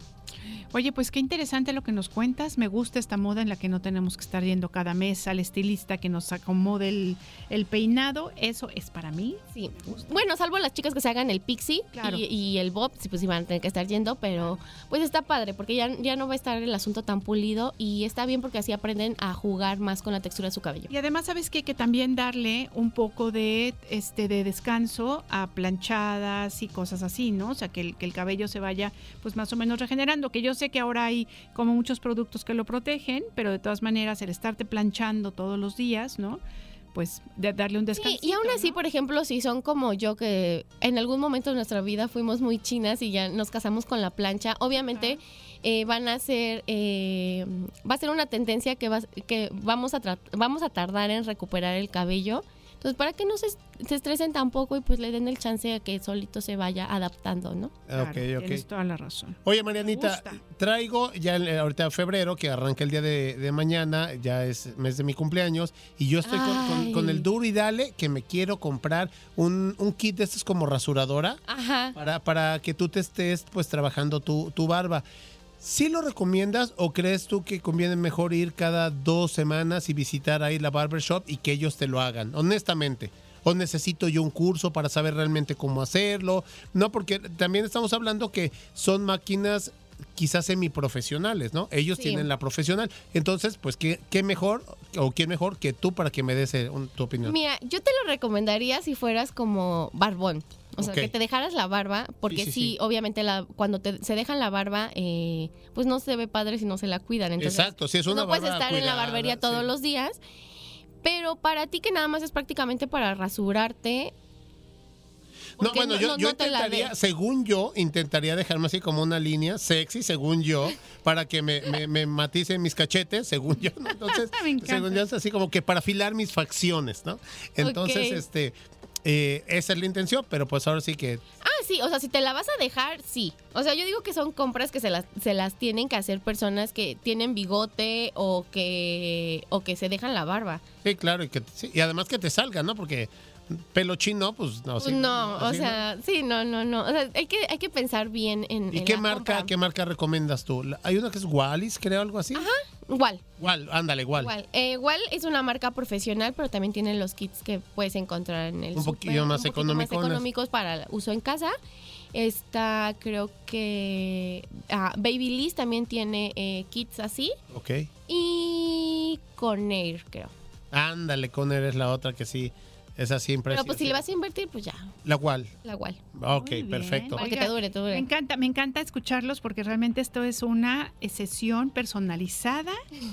Oye, pues qué interesante lo que nos cuentas. Me gusta esta moda en la que no tenemos que estar yendo cada mes al estilista que nos acomode el, el peinado. Eso es para mí. Sí. Bueno, salvo las chicas que se hagan el pixie Claro. y, y el bob, sí, pues sí van a tener que estar yendo, pero pues está padre porque ya, ya no va a estar el asunto tan pulido y está bien porque así aprenden a jugar más con la textura de su cabello. Y además, ¿sabes qué? Que también darle un poco de este de descanso a planchadas y cosas así, ¿no? O sea, que el, que el cabello se vaya pues más o menos regenerando. Que yo sé que ahora hay como muchos productos que lo protegen, pero de todas maneras el estarte planchando todos los días, ¿no? Pues de darle un descanso. Sí, y aún así, por ejemplo, si son como yo que en algún momento de nuestra vida fuimos muy chinas y ya nos casamos con la plancha, obviamente eh, van a ser, eh, va a ser una tendencia que, va, que vamos, a tra- vamos a tardar en recuperar el cabello. Entonces, para que no se, se estresen tampoco y pues le den el chance a que solito se vaya adaptando, ¿no? Claro, Ok, ok. tienes toda la razón. Oye, Me Marianita, gusta. traigo ya el- ahorita febrero, que arranca el día de, de mañana, ya es mes de mi cumpleaños, y yo estoy con, con- Ay. con el duro y dale que me quiero comprar un, un kit de estos como rasuradora Ajá. para, para que tú te estés pues trabajando tu, tu barba. ¿Sí lo recomiendas o crees tú que conviene mejor ir cada dos semanas y visitar ahí la barbershop y que ellos te lo hagan? Honestamente. ¿O necesito yo un curso para saber realmente cómo hacerlo? No, porque también estamos hablando que son máquinas quizás semiprofesionales, ¿no? Ellos Sí. tienen la profesional. Entonces, pues, ¿qué, qué mejor o quién mejor que tú para que me des eh, un- tu opinión? Mira, yo te lo recomendaría si fueras como barbón. O sea, Ok. que te dejaras la barba, porque Sí, sí, sí, sí. obviamente la, cuando te, se dejan la barba, eh, pues no se ve padre si no se la cuidan. Entonces, Exacto, si es una no puedes barba estar en la cuidada, barbería todos sí. los días. Pero para ti que nada más es prácticamente para rasurarte. No, porque bueno, yo, no- yo no te la intentaría, de- según yo, intentaría dejarme así como una línea sexy, según yo, para que me, me, me maticen mis cachetes, según yo, ¿no? Entonces, Me encanta. según yo, es así como que para afilar mis facciones, ¿no? Entonces, Ok. este, eh, esa es la intención, pero pues ahora sí que Ah, sí, o sea, si te la vas a dejar, sí. O sea, yo digo que son compras que se las, se las tienen que hacer personas que tienen bigote o que, o que se dejan la barba. sí, claro, y, que, sí, y además que te salga, ¿no? Porque pelo chino, pues no. Pues sí, no, o así, sea, sí, no, no, no. O sea, hay que, hay que pensar bien en. ¿Y en qué la marca, compra. qué marca recomiendas tú? La- Hay una que es Wallis, creo, algo así. Ajá, igual. Igual, ándale, igual. Igual. Eh, igual es una marca profesional, pero también tiene los kits que puedes encontrar en el Un súper, poquillo más un poquito económicos. más económicos para uso en casa. Está, creo que ah, Babyliss también tiene eh, kits así. Ok. Y Conair, creo. Ándale, Conner es la otra que sí, esa siempre Pero pues si le vas a invertir, pues ya, La cual. la igual. Ok, Muy bien. perfecto. Para que Oiga, te dure, te dure. Me encanta, me encanta escucharlos porque realmente esto es una eh, sesión personalizada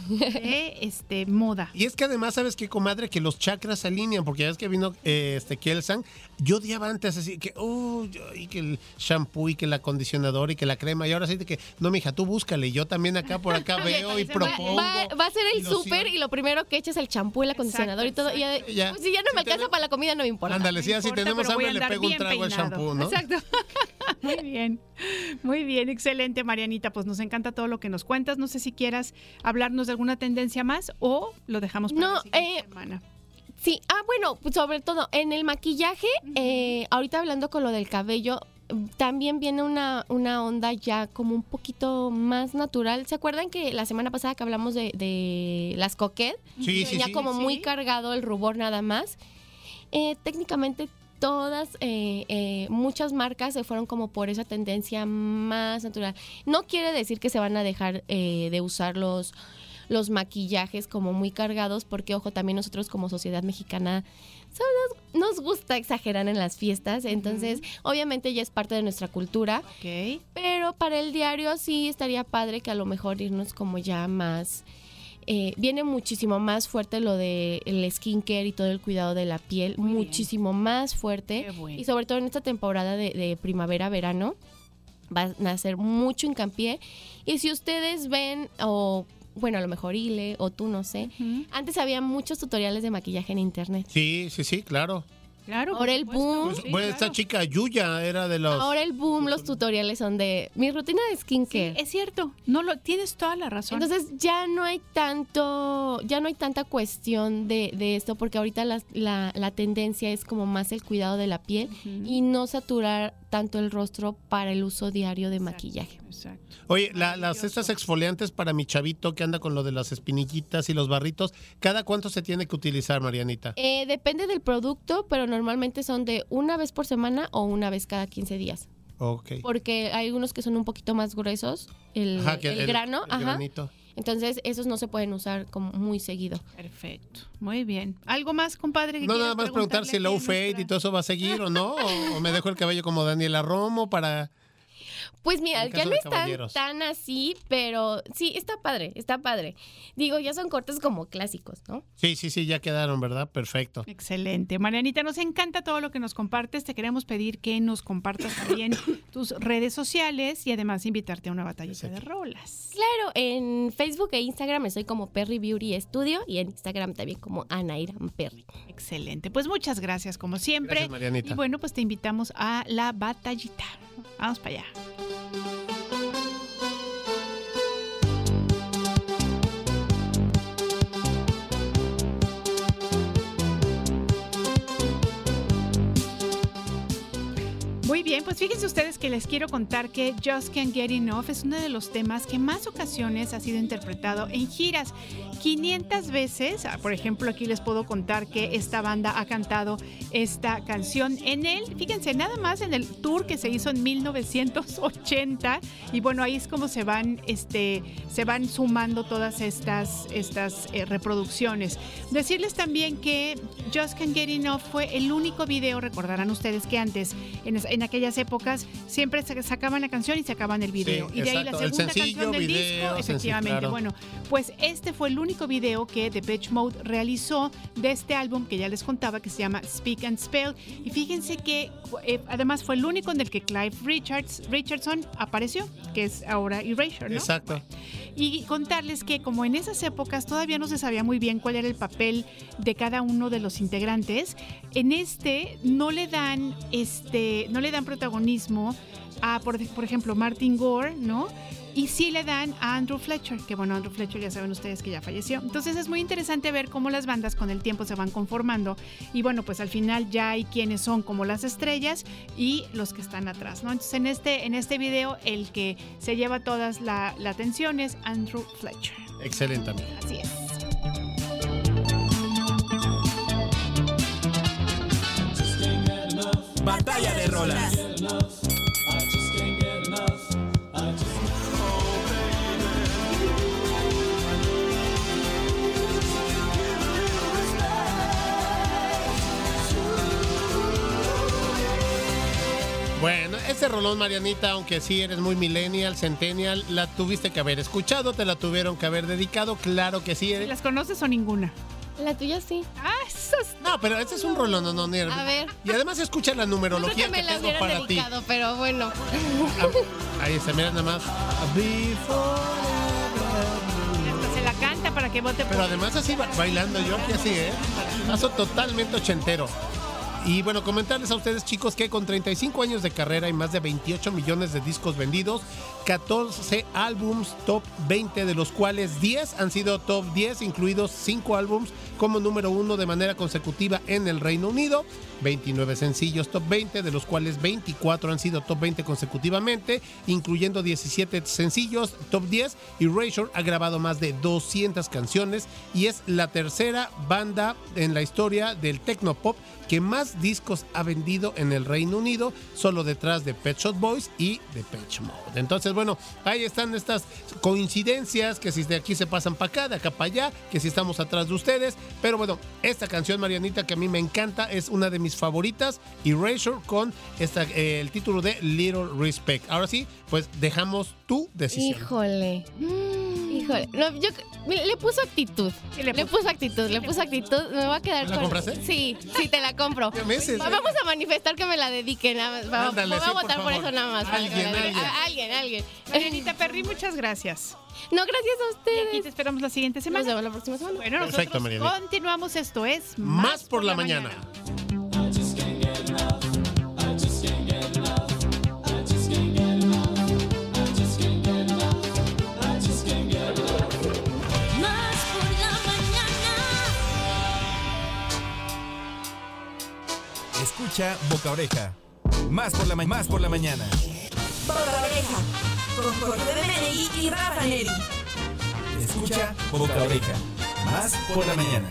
de este moda. Y es que además, ¿sabes qué, comadre? Que los chakras se alinean, porque ya ves que vino eh, este Kielsan. Yo odiaba antes así que, oh, yo- y que el shampoo, y que el acondicionador, y que la crema. Y ahora sí de que, no, mija, tú búscale. Yo también acá por acá veo y Va, propongo. va- va a ser y el lo súper sigo. y lo primero que eches es el champú, el acondicionador y todo. Y ya, Ya. pues, si ya no me alcanza para la comida, no me importa. Ándale, sí, No así importa, tenemos pero voy a hambre, le andar pego un bien trago al peinado. shampoo, ¿no? Exacto. Muy bien, muy bien, excelente, Marianita. Pues nos encanta todo lo que nos cuentas. No sé si quieras hablarnos de alguna tendencia más o lo dejamos para No, la siguiente eh, semana. Sí, ah, bueno, pues sobre todo en el maquillaje, eh, ahorita hablando con lo del cabello, mm, también viene una, una onda ya como un poquito más natural. ¿Se acuerdan que la semana pasada que hablamos de, de las coquettes? Sí, sí, Venía sí. como Sí. muy cargado el rubor nada más. Eh, técnicamente todas, eh, eh, muchas marcas se fueron como por esa tendencia más natural. No quiere decir que se van a dejar eh, de usar los, los maquillajes como muy cargados, porque ojo, también nosotros como sociedad mexicana solo nos, nos gusta exagerar en las fiestas, entonces obviamente ya es parte de nuestra cultura, Ok. pero para el diario sí estaría padre que a lo mejor irnos como ya más... Eh, viene muchísimo más fuerte lo de el skincare y todo el cuidado de la piel, Muy bien. muchísimo más fuerte. Qué bueno. Y sobre todo en esta temporada de, de primavera-verano van a hacer mucho hincapié. Y si ustedes ven, o bueno, a lo mejor Ile o tú, no sé, Ujú. antes había muchos tutoriales de maquillaje en internet. Sí, sí, sí, claro. Claro. Ahora el por supuesto. boom. Pues, Sí, bueno, claro. esta chica Yuya era de los... Ahora el boom, los tutoriales son de mi rutina de Sí, skincare. es cierto. No lo tienes toda la razón. Entonces ya no hay tanto, ya no hay tanta cuestión de, de esto, porque ahorita la, la, la tendencia es como más el cuidado de la piel Ujú. y no saturar tanto el rostro para el uso diario de maquillaje. Exacto. Oye, la- las Maravilloso. estas exfoliantes para mi chavito que anda con lo de las espinillitas y los barritos, ¿cada cuánto se tiene que utilizar, Marianita? Eh, depende del producto, pero normalmente son de una vez por semana o una vez cada quince días. Ok. Porque hay unos que son un poquito más gruesos, el, Ajá, que el grano, el ajá. granito. Entonces esos no se pueden usar como muy seguido. Perfecto. Muy bien. ¿Algo más, compadre? que No, quieras nada más preguntar si el low preguntarle aquí a fade y todo eso va a seguir o no, o, o me dejo el cabello como Daniela Romo para... Pues mira, En ya caso no de es tan, caballeros. tan así, pero sí, está padre, está padre. Digo, ya son cortes como clásicos, ¿no? Sí, sí, sí, ya quedaron, ¿verdad? Perfecto. Excelente. Marianita, nos encanta todo lo que nos compartes. Te queremos pedir que nos compartas también tus redes sociales y además invitarte a una batallita de rolas. Claro, en Facebook e Instagram estoy como Perry Beauty Studio y en Instagram también como Anairam Perry. Excelente. Pues muchas gracias, como siempre. Gracias, Marianita. Y bueno, pues te invitamos a la batallita. Vamos para allá. Muy Muy bien, pues fíjense ustedes que les quiero contar que Just Can't Get Enough es uno de los temas que más ocasiones ha sido interpretado en giras. quinientas veces, por ejemplo, aquí les puedo contar que esta banda ha cantado esta canción en el, fíjense, nada más en el tour que se hizo en mil novecientos ochenta, y bueno, ahí es como se van, este, se van sumando todas estas, estas eh, reproducciones. Decirles también que Just Can't Get Enough fue el único video, recordarán ustedes que antes, en, en aquellas épocas, siempre se sacaban la canción y sacaban el video. Sí, y de ahí exacto. la segunda sencillo, canción del video, disco, efectivamente. Claro. Bueno, pues este fue el único video que Depeche Mode realizó de este álbum que ya les contaba, que se llama Speak and Spell. Y fíjense que eh, además fue el único en el que Clive Richards, Richardson apareció, que es ahora Erasure, ¿no? Exacto. Y contarles que como en esas épocas todavía no se sabía muy bien cuál era el papel de cada uno de los integrantes, en este no le dan, este, no le dan protagonismo a, por, por ejemplo, Martin Gore, ¿no? Y sí le dan a Andrew Fletcher, que bueno, Andrew Fletcher ya saben ustedes que ya falleció. Entonces es muy interesante ver cómo las bandas con el tiempo se van conformando. Y bueno, pues al final ya hay quienes son como las estrellas y los que están atrás, ¿no? Entonces en este, en este video el que se lleva todas la, la atención es Andrew Fletcher. Excelente, amigo. Así es. Batalla de rolas. Bueno, ese rolón, Marianita, aunque sí eres muy millennial, centennial, la tuviste que haber escuchado, te la tuvieron que haber dedicado, claro que sí. Eres. ¿Las conoces o ninguna? La tuya sí. Ah, esas... No, pero ese es un rolón, no, no, no. A ver. Y además escucha la No creo numerología que me que la tengo hubieran para ti. dedicado, pero bueno. Ah, ahí está, mira nada más. Hasta se la canta para que vote por... Pero además así ba- bailando yo aquí así, ¿eh? Paso totalmente ochentero. Y bueno, comentarles a ustedes, chicos, que con treinta y cinco años de carrera y más de veintiocho millones de discos vendidos, catorce álbums top veinte, de los cuales diez han sido top diez, incluidos cinco álbums como número uno de manera consecutiva en el Reino Unido, veintinueve sencillos top veinte, de los cuales veinticuatro han sido top veinte consecutivamente, incluyendo diecisiete sencillos top diez, y Erasure ha grabado más de doscientas canciones y es la tercera banda en la historia del tecnopop que más discos ha vendido en el Reino Unido, solo detrás de Pet Shop Boys y Depeche Mode. Entonces, bueno, ahí están estas coincidencias, que si de aquí se pasan para acá, de acá para allá, que si estamos atrás de ustedes. Pero bueno, esta canción, Marianita, que a mí me encanta, es una de mis favoritas, Erasure, con esta, eh, el título de Little Respect. Ahora sí, pues dejamos tu decisión. Híjole. Híjole. No, yo, mira, le puso actitud. le le, puso? puso actitud, le puso actitud. Me voy a quedar ¿Me la con. compraste? Sí, sí, te la compro. ¿Qué meses, Va- eh? Vamos a manifestar que me la dediquen. Nada más. Vamos, Ándale, voy sí, a por votar por, favor. eso nada más. para que Alguien, me la dediquen. alguien. A- alguien, alguien. Marianita Perry, muchas gracias. No, gracias a Y ustedes. aquí te esperamos la siguiente semana. Nos vemos la próxima semana. Bueno, Perfecto, nosotros Marianita. continuamos. Esto es Más por la mañana. Más por la mañana. Escucha Boca Oreja. Más por la, ma- más por la mañana. Boca Oreja, con Jorge de Menegui y Rafa Neri. Escucha Boca Oreja. Más por la mañana.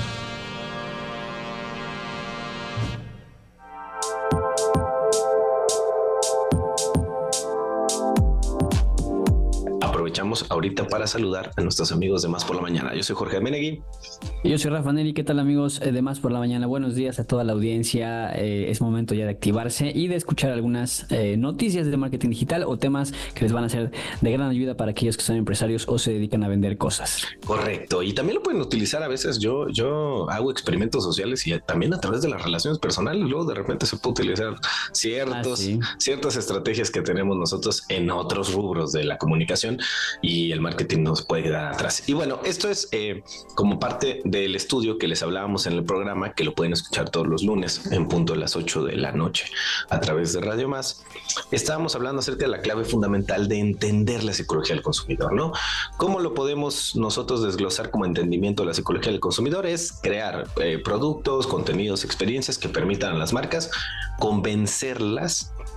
Aprovechamos ahorita para saludar a nuestros amigos de Más por la Mañana. Yo soy Jorge Menegui. Y yo soy Rafa Neri. ¿Qué tal, amigos eh, de Más por la Mañana? Buenos días a toda la audiencia. Eh, es momento ya de activarse y de escuchar algunas eh, noticias de marketing digital o temas que les van a ser de gran ayuda para aquellos que son empresarios o se dedican a vender cosas. Correcto. Y también lo pueden utilizar a veces. Yo, yo hago experimentos sociales y también a través de las relaciones personales. Luego de repente se puede utilizar ciertos, Ah, sí. ciertas estrategias que tenemos nosotros en otros rubros de la comunicación, y el marketing nos puede quedar atrás. Y bueno, esto es eh, como parte del estudio que les hablábamos en el programa, que lo pueden escuchar todos los lunes en punto de las ocho de la noche a través de Radio Más. Estábamos hablando acerca de la clave fundamental de entender la psicología del consumidor, ¿no? ¿Cómo lo podemos nosotros desglosar como entendimiento de la psicología del consumidor? Es crear eh, productos, contenidos, experiencias que permitan a las marcas convencerlas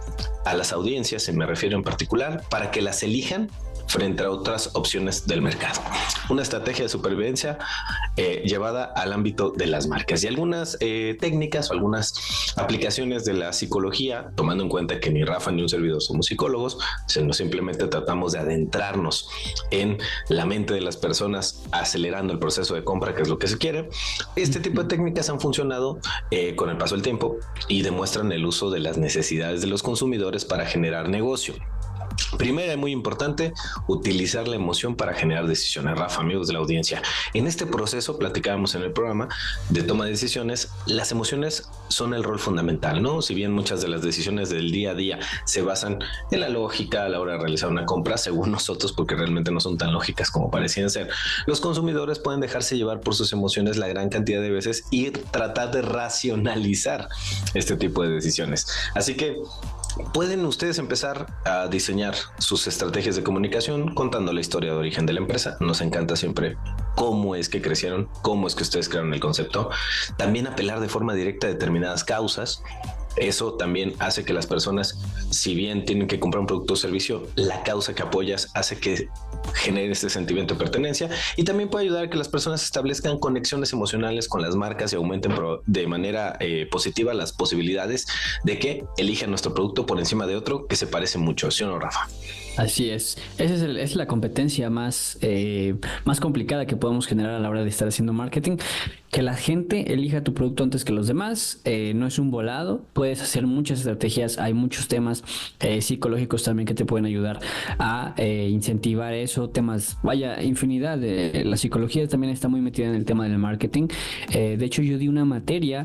a las audiencias, y me refiero en particular, para que las elijan frente a otras opciones del mercado. Una estrategia de supervivencia eh, llevada al ámbito de las marcas y algunas eh, técnicas o algunas aplicaciones de la psicología, tomando en cuenta que ni Rafa ni un servidor somos psicólogos, sino simplemente tratamos de adentrarnos en la mente de las personas, acelerando el proceso de compra, que es lo que se quiere. Este tipo de técnicas han funcionado eh, con el paso del tiempo y demuestran el uso de las necesidades de los consumidores para generar negocio. Primero, y muy importante, utilizar la emoción para generar decisiones. Rafa, amigos de la audiencia, en este proceso, platicábamos en el programa de toma de decisiones, las emociones son el rol fundamental, ¿no? Si bien muchas de las decisiones del día a día se basan en la lógica a la hora de realizar una compra, según nosotros, porque realmente no son tan lógicas como parecían ser, los consumidores pueden dejarse llevar por sus emociones la gran cantidad de veces y tratar de racionalizar este tipo de decisiones. Así que pueden ustedes empezar a diseñar sus estrategias de comunicación contando la historia de origen de la empresa. Nos encanta siempre cómo es que crecieron, cómo es que ustedes crearon el concepto. También apelar de forma directa a determinadas causas. Eso también hace que las personas, si bien tienen que comprar un producto o servicio, la causa que apoyas hace que genere este sentimiento de pertenencia, y también puede ayudar a que las personas establezcan conexiones emocionales con las marcas y aumenten de manera eh, positiva las posibilidades de que elijan nuestro producto por encima de otro que se parece mucho, ¿sí o no, Rafa? Así es. Esa es, el, es la competencia más, eh, más complicada que podemos generar a la hora de estar haciendo marketing. Que la gente elija tu producto antes que los demás. Eh, no es un volado. Puedes hacer muchas estrategias. Hay muchos temas eh, psicológicos también que te pueden ayudar a eh, incentivar eso. Temas, vaya, infinidad. De, la psicología también está muy metida en el tema del marketing. Eh, de hecho, yo di una materia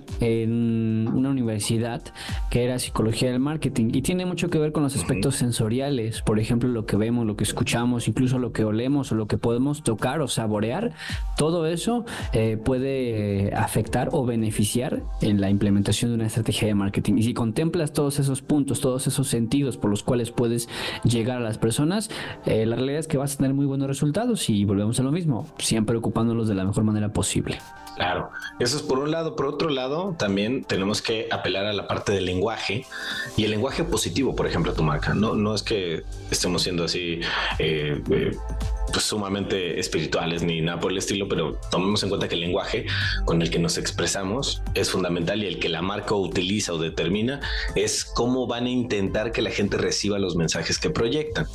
en una universidad que era psicología del marketing y tiene mucho que ver con los aspectos sensoriales. Por ejemplo, lo que vemos, lo que escuchamos, incluso lo que olemos o lo que podemos tocar o saborear, todo eso eh, puede afectar o beneficiar en la implementación de una estrategia de marketing. Y si contemplas todos esos puntos, todos esos sentidos por los cuales puedes llegar a las personas, eh, la realidad es que vas a tener muy buenos resultados y volvemos a lo mismo, siempre ocupándolos de la mejor manera posible. Claro, eso es por un lado. Por otro lado, también tenemos que apelar a la parte del lenguaje y el lenguaje positivo, por ejemplo, a tu marca. No, no es que estemos siendo así eh, eh, pues sumamente espirituales ni nada por el estilo, pero tomemos en cuenta que el lenguaje con el que nos expresamos es fundamental, y el que la marca utiliza o determina es cómo van a intentar que la gente reciba los mensajes que proyectan.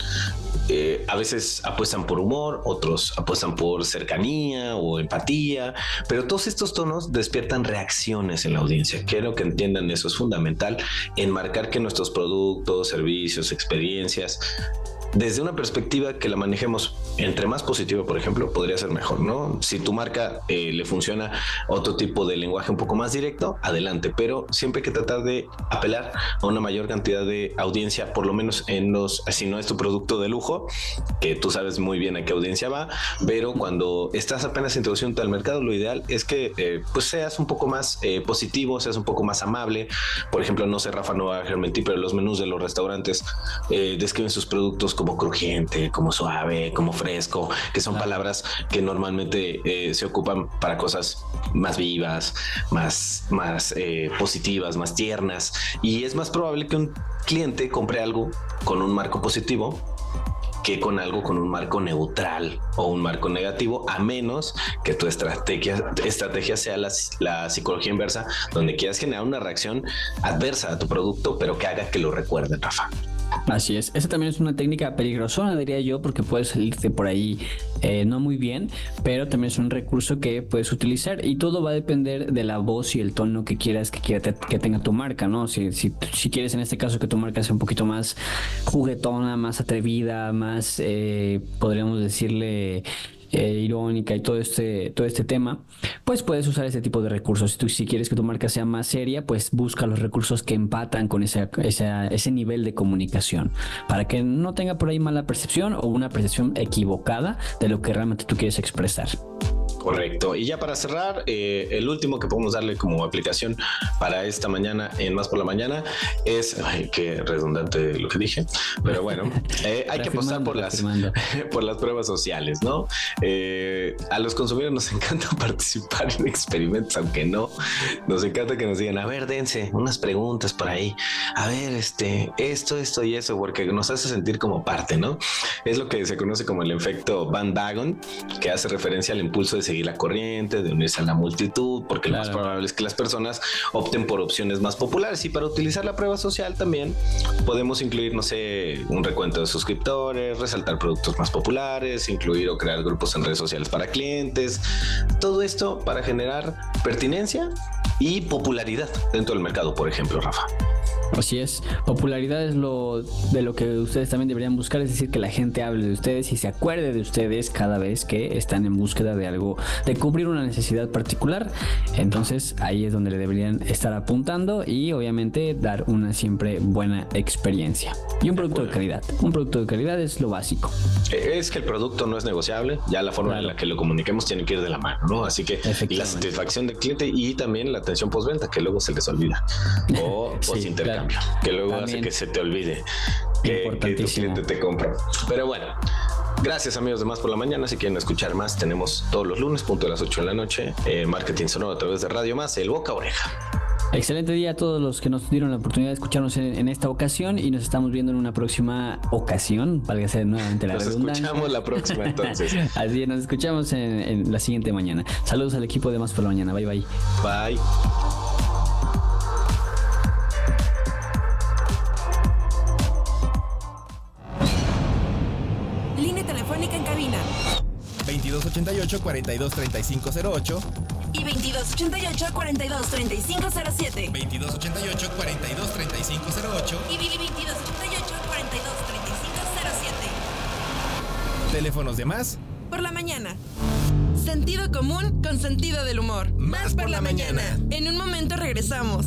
Eh, a veces apuestan por humor, otros apuestan por cercanía o empatía, pero todos estos tonos despiertan reacciones en la audiencia. Quiero que entiendan eso, es fundamental enmarcar que nuestros productos, servicios, experiencias, desde una perspectiva que la manejemos entre más positiva, por ejemplo, podría ser mejor, ¿no? Si tu marca eh, le funciona otro tipo de lenguaje un poco más directo, adelante, pero siempre hay que tratar de apelar a una mayor cantidad de audiencia, por lo menos en los, si no es tu producto de lujo, que tú sabes muy bien a qué audiencia va, pero cuando estás apenas introduciendo al mercado, lo ideal es que eh, pues seas un poco más eh, positivo, seas un poco más amable. Por ejemplo, no sé, Rafa, no va a dejar mentir, pero los menús de los restaurantes eh, describen sus productos como crujiente, como suave, como fresco, que son palabras que normalmente eh, se ocupan para cosas más vivas, más, más eh, positivas, más tiernas, y es más probable que un cliente compre algo con un marco positivo que con algo con un marco neutral o un marco negativo, a menos que tu estrategia, estrategia sea la, la psicología inversa, donde quieras generar una reacción adversa a tu producto, pero que haga que lo recuerden, Rafa. Así es, esa también es una técnica peligrosona, diría yo, porque puedes salirte por ahí eh, no muy bien, pero también es un recurso que puedes utilizar, y todo va a depender de la voz y el tono que quieras que, quiera, que tenga tu marca, ¿no? Si, si, si quieres en este caso que tu marca sea un poquito más juguetona, más atrevida, más, eh, podríamos decirle... Eh, irónica y todo este todo este tema, pues puedes usar ese tipo de recursos. Si tú si quieres que tu marca sea más seria, pues busca los recursos que empatan con esa, esa, ese nivel de comunicación, para que no tenga por ahí mala percepción o una percepción equivocada de lo que realmente tú quieres expresar. Correcto. Y ya para cerrar, eh, el último que podemos darle como aplicación para esta mañana en Más por la Mañana es, ay, qué redundante lo que dije, pero bueno, eh, hay que apostar por las, por las pruebas sociales, ¿no? Eh, a los consumidores nos encanta participar en experimentos, aunque no, nos encanta que nos digan, a ver, dense unas preguntas por ahí, a ver, este, esto, esto y eso, porque nos hace sentir como parte, ¿no? Es lo que se conoce como el efecto bandwagon, que hace referencia al impulso de seguir la corriente, de unirse a la multitud, porque claro, lo más probable es que las personas opten por opciones más populares. Y para utilizar la prueba social también podemos incluir, no sé, un recuento de suscriptores, resaltar productos más populares, incluir o crear grupos en redes sociales para clientes. Todo esto para generar pertinencia y popularidad dentro del mercado, por ejemplo, Rafa. Así es, popularidad es lo de lo que ustedes también deberían buscar, es decir, que la gente hable de ustedes y se acuerde de ustedes cada vez que están en búsqueda de algo, de cubrir una necesidad particular. Entonces ahí es donde le deberían estar apuntando y obviamente dar una siempre buena experiencia. Y un producto de calidad, un producto de calidad es lo básico. Es que el producto no es negociable, ya la forma claro. en la que lo comuniquemos tiene que ir de la mano, ¿no? Así que la satisfacción del cliente y también la atención postventa, que luego se les olvida, o sí, post-intercambio. Claro. Que luego También. hace que se te olvide que, que tu cliente te compra. Pero bueno, gracias amigos de Más por la Mañana. Si quieren escuchar más, tenemos todos los lunes, punto a las ocho de la noche, eh, Marketing Sonoro a través de Radio Más, el boca a oreja. Excelente día a todos los que nos dieron la oportunidad de escucharnos en, en esta ocasión y nos estamos viendo en una próxima ocasión, para que sea nuevamente la nos redundancia. Nos escuchamos la próxima entonces. Así es, nos escuchamos en, en la siguiente mañana. Saludos al equipo de Más por la Mañana. Bye, bye. Bye. Línea telefónica en cabina. veintidós ochenta y ocho, cuarenta y dos, treinta y cinco cero ocho y veintidós ochenta y ocho, cuarenta y dos, treinta y cinco cero siete. veintidós ochenta y ocho, cuarenta y dos, treinta y cinco cero ocho y veintidós ochenta y ocho, cuarenta y dos, treinta y cinco cero siete. Teléfonos de Más por la Mañana. Sentido común con sentido del humor. Más, Más por, por la, la mañana. mañana. En un momento regresamos.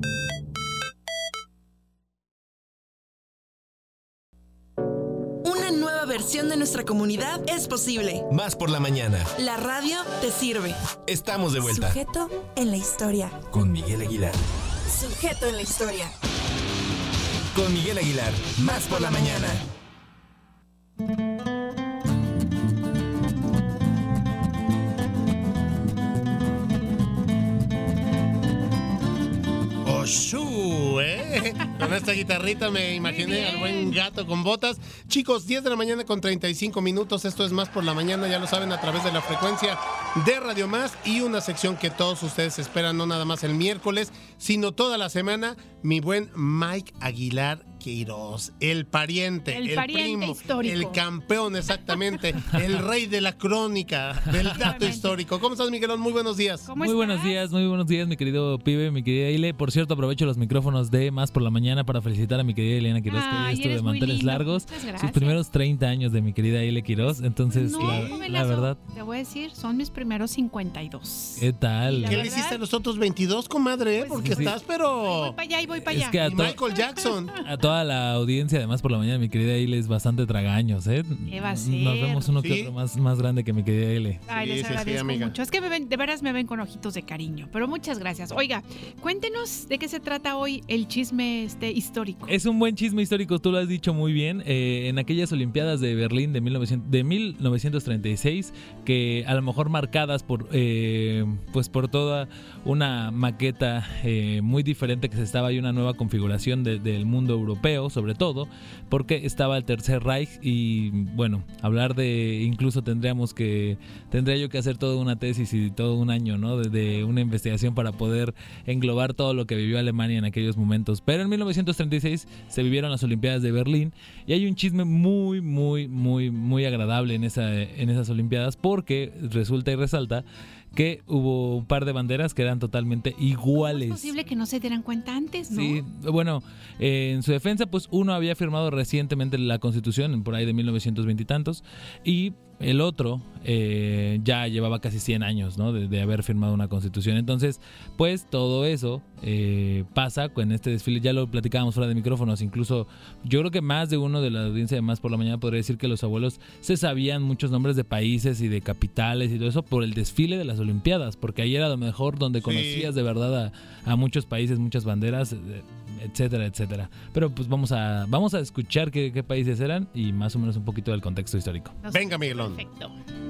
Una nueva versión de nuestra comunidad es posible. Más por la Mañana. La radio te sirve. Estamos de vuelta. Sujeto en la historia. Con Miguel Aguilar. Sujeto en la historia. Con Miguel Aguilar. Más por la Mañana. Oshú, ¿eh? Con esta guitarrita me imaginé al buen gato con botas. Chicos, diez de la mañana con treinta y cinco minutos. Esto es Más por la Mañana, ya lo saben, a través de la frecuencia de Radio Más y una sección que todos ustedes esperan, no nada más el miércoles, sino toda la semana. Mi buen Mike Aguilar Queiroz, el pariente, el, el pariente primo, histórico. El campeón, exactamente, el rey de la crónica, del dato histórico. ¿Cómo estás, Miguelón? Muy buenos días. Muy buenos días, muy buenos días, mi querido pibe, mi querida Ile. Por cierto, aprovecho los micrófonos de Más por la Mañana para felicitar a mi querida Elena Queiroz, que hoy estuvo de manteles largos. Sus primeros treinta años de mi querida Ile Queiroz. Entonces, no, la, la verdad. Te voy a decir, son mis primeros cincuenta y dos. ¿Qué tal? ¿Qué le hiciste a los otros veintidós, comadre? Pues, Porque sí. estás, pero. Voy para allá y voy para allá. Es que a to- Michael Jackson. A toda la audiencia, además por la mañana, mi querida Ile es bastante tragaños, ¿eh? ¿Qué va a ser? Nos vemos uno ¿Sí? que otro más, más grande que mi querida Ile. Ay, les Sí, sí, sí, agradezco amiga. mucho. Es que me ven, de veras me ven con ojitos de cariño. Pero muchas gracias. Oiga, cuéntenos de qué se trata hoy el chisme este histórico. Es un buen chisme histórico, tú lo has dicho muy bien. Eh, en aquellas Olimpiadas de Berlín de, mil novecientos, de mil novecientos treinta y seis, que a lo mejor marcadas por, eh, pues por toda una maqueta eh, muy diferente, que se estaba ahí una nueva configuración de, del mundo europeo, sobre todo, porque estaba el Tercer Reich y bueno, hablar de, incluso tendríamos que, tendría yo que hacer toda una tesis y todo un año, ¿no? De, de una investigación para poder englobar todo lo que vivió Alemania en aquellos momentos. Pero en mil novecientos treinta y seis se vivieron las Olimpiadas de Berlín y hay un chisme muy, muy, muy, muy agradable en, esa, en esas Olimpiadas, porque resulta y resalta que hubo un par de banderas que eran totalmente iguales. ¿Cómo es posible que no se dieran cuenta antes, no? Sí, bueno, eh, en su defensa, pues uno había firmado recientemente la Constitución, por ahí de mil novecientos veinte y tantos, y el otro eh, ya llevaba casi cien años, ¿no? De, de haber firmado una constitución. Entonces, pues todo eso eh, pasa con este desfile. Ya lo platicábamos fuera de micrófonos. Incluso yo creo que más de uno de la audiencia de Más por la Mañana podría decir que los abuelos se sabían muchos nombres de países y de capitales y todo eso por el desfile de las Olimpiadas, porque ahí era lo mejor donde conocías sí. de verdad a, a muchos países, muchas banderas, etcétera, etcétera. Pero pues vamos a vamos a escuchar qué, qué países eran y más o menos un poquito del contexto histórico. Venga, Miguelón. Perfecto.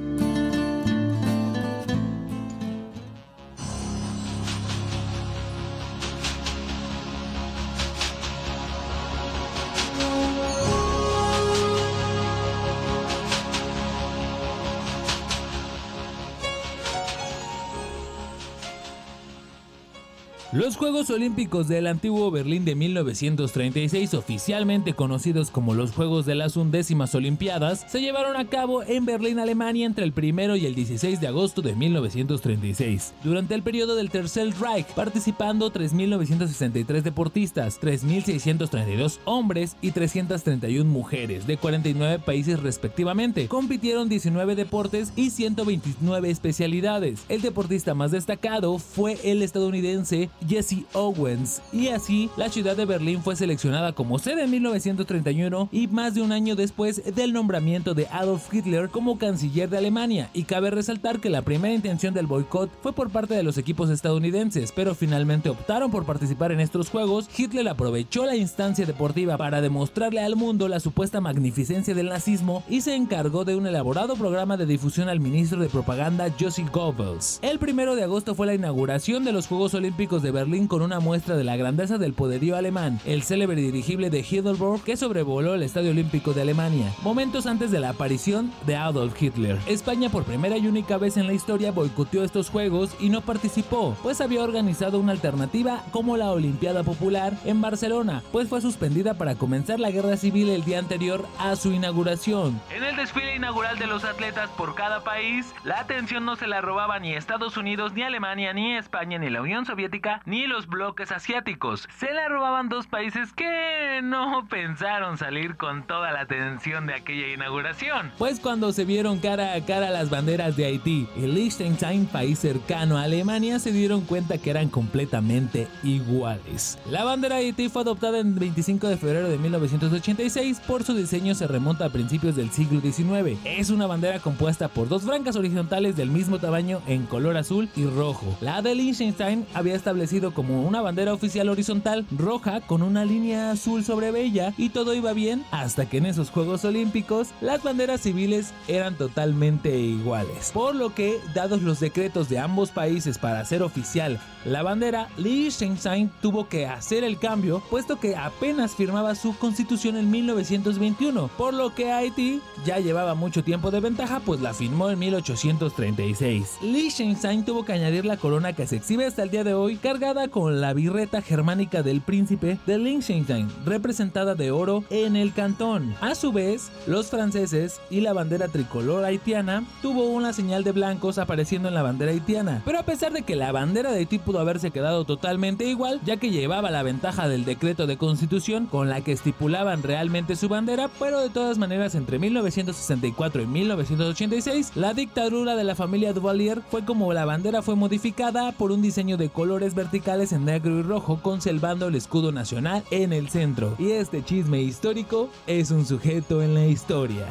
Los Juegos Olímpicos del antiguo Berlín de mil novecientos treinta y seis, oficialmente conocidos como los Juegos de las Undécimas Olimpiadas, se llevaron a cabo en Berlín, Alemania, entre el primero y el dieciséis de agosto de mil novecientos treinta y seis. Durante el periodo del Tercer Reich, participando tres mil novecientos sesenta y tres deportistas, tres mil seiscientos treinta y dos hombres y trescientas treinta y una mujeres de cuarenta y nueve países respectivamente. Compitieron diecinueve deportes y ciento veintinueve especialidades. El deportista más destacado fue el estadounidense Jesse Owens, y así la ciudad de Berlín fue seleccionada como sede en mil novecientos treinta y uno y más de un año después del nombramiento de Adolf Hitler como canciller de Alemania. Y cabe resaltar que la primera intención del boicot fue por parte de los equipos estadounidenses, pero finalmente optaron por participar en estos juegos. Hitler aprovechó la instancia deportiva para demostrarle al mundo la supuesta magnificencia del nazismo y se encargó de un elaborado programa de difusión al ministro de propaganda Joseph Goebbels. El primero de agosto fue la inauguración de los Juegos Olímpicos de Berlín con una muestra de la grandeza del poderío alemán, el célebre dirigible de Hindenburg que sobrevoló el Estadio Olímpico de Alemania, momentos antes de la aparición de Adolf Hitler. España, por primera y única vez en la historia, boicoteó estos juegos y no participó, pues había organizado una alternativa como la Olimpiada Popular en Barcelona, pues fue suspendida para comenzar la guerra civil el día anterior a su inauguración. En el desfile inaugural de los atletas por cada país, la atención no se la robaba ni Estados Unidos, ni Alemania, ni España, ni la Unión Soviética, ni los bloques asiáticos. Se la robaban dos países que no pensaron salir con toda la atención de aquella inauguración. Pues cuando se vieron cara a cara las banderas de Haití y Liechtenstein, país cercano a Alemania, se dieron cuenta que eran completamente iguales. La bandera de Haití fue adoptada el veinticinco de febrero de mil novecientos ochenta y seis. Por su diseño se remonta a principios del siglo diecinueve. Es una bandera compuesta por dos franjas horizontales del mismo tamaño en color azul y rojo. La de Liechtenstein había establecido como una bandera oficial horizontal roja con una línea azul sobre ella, y todo iba bien hasta que en esos Juegos Olímpicos las banderas civiles eran totalmente iguales, por lo que, dados los decretos de ambos países para hacer oficial la bandera, Liechtenstein tuvo que hacer el cambio, puesto que apenas firmaba su constitución en mil novecientos veintiuno, por lo que Haití ya llevaba mucho tiempo de ventaja, pues la firmó en mil ochocientos treinta y seis. Liechtenstein tuvo que añadir la corona que se exhibe hasta el día de hoy, cargada con la birreta germánica del príncipe de Liechtenstein, representada de oro en el cantón. A su vez, los franceses y la bandera tricolor haitiana tuvo una señal de blancos apareciendo en la bandera haitiana, pero a pesar de que la bandera de Haití pudo haberse quedado totalmente igual, ya que llevaba la ventaja del decreto de constitución con la que estipulaban realmente su bandera, pero de todas maneras entre mil novecientos sesenta y cuatro y mil novecientos ochenta y seis, la dictadura de la familia Duvalier fue como la bandera fue modificada por un diseño de colores verticales en negro y rojo, conservando el escudo nacional en el centro. Y este chisme histórico es un sujeto en la historia.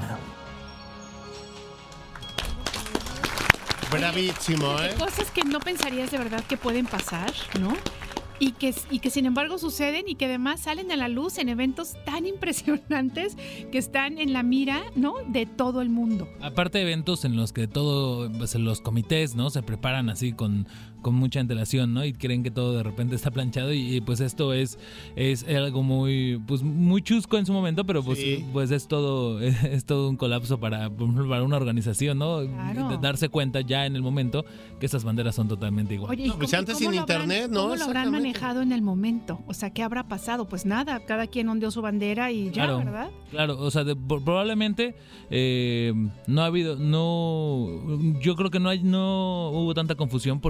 Bravísimo, ¿eh? Cosas que no pensarías de verdad que pueden pasar, ¿no? Y que, y que sin embargo suceden y que además salen a la luz en eventos tan impresionantes que están en la mira, ¿no?, de todo el mundo. Aparte de eventos en los que todo, pues los comités, ¿no?, se preparan así con, con mucha antelación, ¿no?, y creen que todo de repente está planchado y, y pues esto es, es algo muy, pues muy chusco en su momento, pero pues, sí. pues es todo, es todo un colapso para, para una organización, ¿no? Claro. De darse cuenta ya en el momento que esas banderas son totalmente iguales. Oye, ¿y no, pues cómo, antes cómo sin lo internet, habrán, ¿no? ¿Cómo lo habrán manejado en el momento? O sea, ¿qué habrá pasado? Pues nada, cada quien ondeó su bandera y ya, claro, ¿verdad? Claro, o sea, de, probablemente eh, no ha habido, no, yo creo que no hay, no hubo tanta confusión porque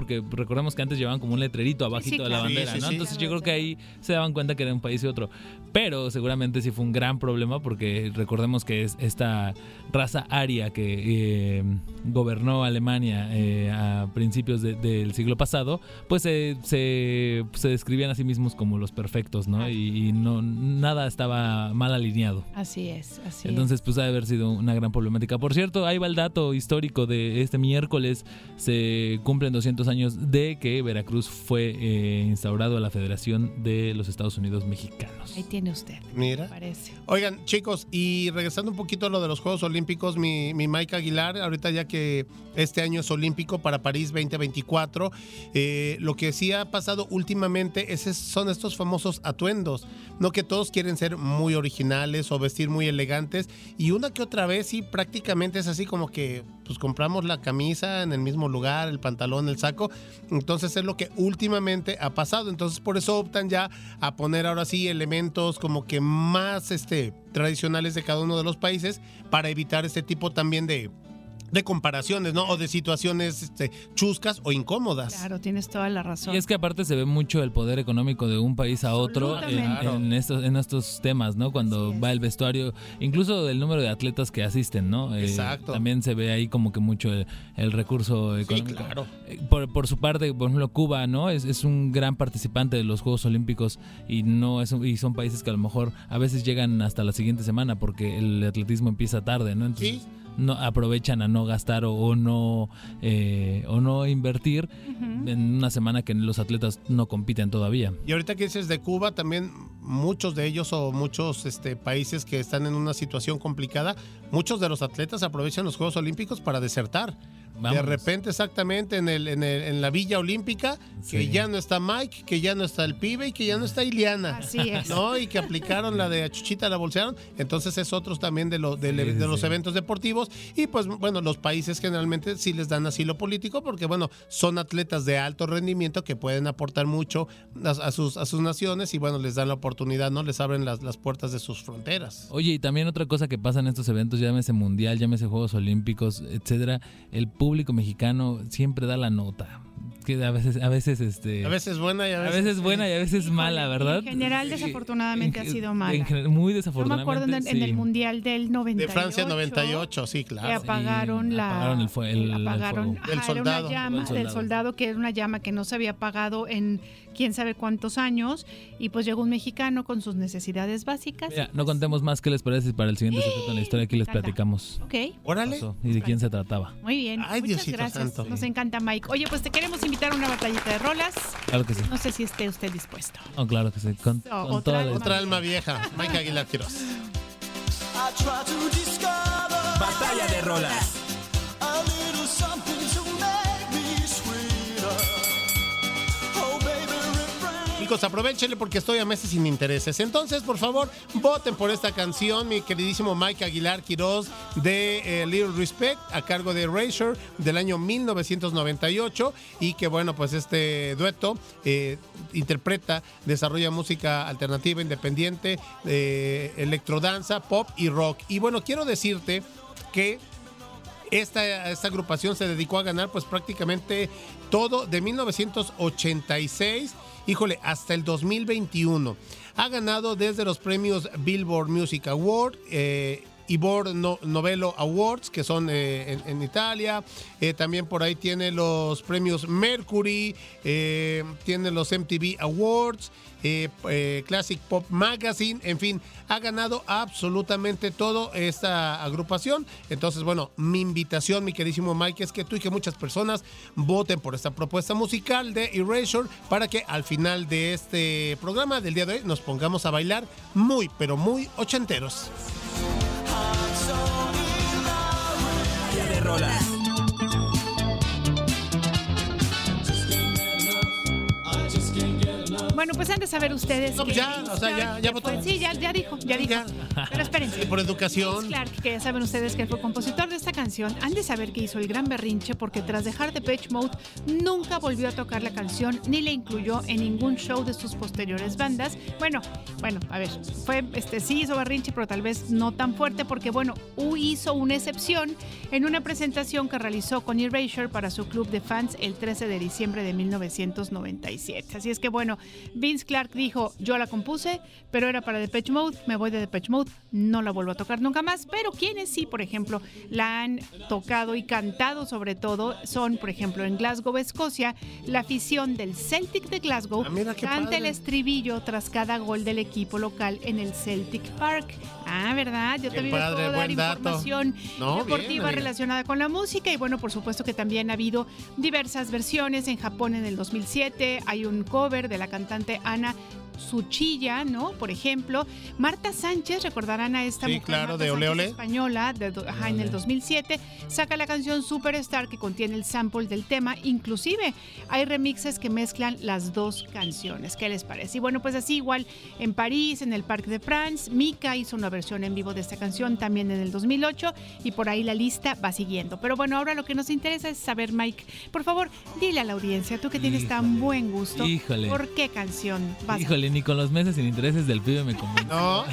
recordemos que antes llevaban como un letrerito abajito Sí, sí, de la claro. bandera, Sí, sí, ¿no? sí. Entonces yo creo que ahí se daban cuenta que era un país y otro. Pero seguramente sí fue un gran problema porque recordemos que es esta raza aria que eh, gobernó Alemania eh, a principios de- del siglo pasado, pues eh, se, se describían a sí mismos como los perfectos, ¿no? Y, y no nada estaba mal alineado. Así es, así Entonces, pues ha de haber sido una gran problemática. Por cierto, ahí va el dato histórico de este miércoles. Se cumplen doscientos años de que Veracruz fue eh, instaurado a la Federación de los Estados Unidos Mexicanos. es. Ahí tiene usted. Mira. Parece. Oigan, chicos, y regresando un poquito a lo de los Juegos Olímpicos, mi, mi Mike Aguilar, ahorita ya que este año es olímpico para París veinte veinticuatro, eh, lo que sí ha pasado últimamente es, es- son estos famosos atuendos, no que todos quieren ser muy originales o vestir muy elegantes, y una que otra vez sí prácticamente es así como que pues compramos la camisa en el mismo lugar, el pantalón, el saco, entonces es lo que últimamente ha pasado, entonces por eso optan ya a poner ahora sí elementos como que más este, tradicionales de cada uno de los países para evitar este tipo también de, de comparaciones, ¿no? O de situaciones este, chuscas o incómodas. Claro, tienes toda la razón. Y es que aparte se ve mucho el poder económico de un país a otro en, Absolutamente. en estos, en estos temas, ¿no? Cuando va el vestuario, incluso el número de atletas que asisten, ¿no? Eh, Exacto. También se ve ahí como que mucho el, el recurso Sí, económico. claro. Eh, Por, por su parte, por ejemplo, Cuba, ¿no? Es, es un gran participante de los Juegos Olímpicos y no es un- y son países que a lo mejor a veces llegan hasta la siguiente semana porque el atletismo empieza tarde, ¿no? Entonces, Sí. no aprovechan a no gastar o, o no eh, o no invertir en una semana que los atletas no compiten todavía. Y ahorita que dices de Cuba, también muchos de ellos o muchos este, países que están en una situación complicada, muchos de los atletas aprovechan los Juegos Olímpicos para desertar. De Vámonos. repente, exactamente, en, el, en, el- en la Villa Olímpica, que Sí. ya no está Mike, que ya no está el pibe y que ya no está Iliana. Así es. ¿No? Y que aplicaron la de a Chuchita, la bolsearon. Entonces es otros también de, lo- de, Sí, de los sí. eventos deportivos. Y pues, bueno, los países generalmente sí les dan asilo político porque, bueno, son atletas de alto rendimiento que pueden aportar mucho a, a sus, a sus naciones y, bueno, les dan la oportunidad, ¿no? Les abren las, las puertas de sus fronteras. Oye, y también otra cosa que pasa en estos eventos, llámese mundial, llámese Juegos Olímpicos, etcétera, el público mexicano siempre da la nota. Que a veces, a veces, este, A veces buena y a a veces... veces buena y a veces mala, ¿verdad? En general, desafortunadamente, ha sido mala. En general, muy Yo me desafortunadamente. acuerdo en, en el sí. Mundial del noventa y ocho. De Francia noventa y ocho, sí, claro. Que apagaron la. apagaron el fue- el- el apagaron, fuego. ajá, Del era soldado. una llama El del soldado. soldado, que era una llama que no se había apagado en quién sabe cuántos años. Y pues llegó un mexicano con sus necesidades básicas. Mira, no contemos más. ¿Qué les parece? Para el siguiente sujeto en la historia aquí les Encanta. platicamos. Ok, Órale. Pasó y de quién se trataba. muy bien. Ay, Muchas Diosito gracias. santo. Nos encanta, Mike. Oye, pues te queremos invitar a una batallita de rolas. Claro que sí. No sé si esté usted dispuesto. Oh, claro que sí. Con, So, con otra toda la- alma. Otra alma vieja, Mike Aguilar Quiroz. I try to discover Batalla de rolas. a little something to make me sweeter. Oh, baby, refrain. Chicos, aprovechenle porque estoy a meses sin intereses. Entonces, por favor, voten por esta canción, mi queridísimo Mike Aguilar Quiroz, de eh, Little Respect, a cargo de Erasure, del año mil novecientos noventa y ocho. Y que, bueno, pues este dueto eh, interpreta, desarrolla música alternativa, independiente, eh, electrodanza, pop y rock. Y bueno, quiero decirte que Esta, esta agrupación se dedicó a ganar pues prácticamente todo de mil novecientos ochenta y seis, híjole, hasta el dos mil veintiuno. Ha ganado desde los premios Billboard Music Award, eh, Ivor no, Novello Awards, que son eh, en, en Italia. Eh, también por ahí tiene los premios Mercury, eh, tiene los M T V Awards, eh, eh, Classic Pop Magazine, en fin, ha ganado absolutamente todo esta agrupación. Entonces, bueno, mi invitación, mi queridísimo Mike, es que tú y que muchas personas voten por esta propuesta musical de Erasure para que al final de este programa del día de hoy nos pongamos a bailar muy, pero muy ochenteros. Batalla de rolas. Bueno, Bueno, pues han de saber ustedes. No, pues que ya, Vince o sea, ya- Clarke, ya que votó. fue- Sí, ya, ya dijo, ya dijo. Pero espérense. Por educación. Vince Clarke, que ya saben ustedes que fue compositor de esta canción, han de saber que hizo el gran berrinche porque tras dejar Depeche Mode nunca volvió a tocar la canción ni la incluyó en ningún show de sus posteriores bandas. Bueno, bueno, a ver, fue, este, sí hizo berrinche, pero tal vez no tan fuerte porque, bueno, U hizo una excepción en una presentación que realizó con Erasure para su club de fans el trece de diciembre de mil novecientos noventa y siete. Así es que, bueno, Vince Clarke dijo, yo la compuse, pero era para Depeche Mode, me voy de Depeche Mode, no la vuelvo a tocar nunca más, pero quienes sí, por ejemplo, la han tocado y cantado sobre todo son, por ejemplo, en Glasgow, Escocia, la afición del Celtic de Glasgow qué canta padre. el estribillo tras cada gol del equipo local en el Celtic Park. Ah, ¿verdad? Yo Qué también les padre, puedo dar buen dato. información No, bien, deportiva amiga. relacionada con la música y bueno, por supuesto que también ha habido diversas versiones. En Japón en el dos mil siete hay un cover de la cantante Ana Tsuchiya, ¿no? Por ejemplo, Marta Sánchez, recordarán a esta Sí, mujer claro, Marta de Ole Sánchez, Ole. española, de do- ajá, en el dos mil siete, saca la canción Superstar que contiene el sample del tema, inclusive hay remixes que mezclan las dos canciones. ¿Qué les parece? Y bueno, pues así igual en París, en el Parc de France, Mika hizo una versión en vivo de esta canción también en el dos mil ocho y por ahí la lista va siguiendo. Pero bueno, ahora lo que nos interesa es saber, Mike, por favor, dile a la audiencia, tú que tienes tan buen gusto, Híjole. ¿por qué canción vas a Híjole, ni con los meses sin intereses del pibe me convence. No.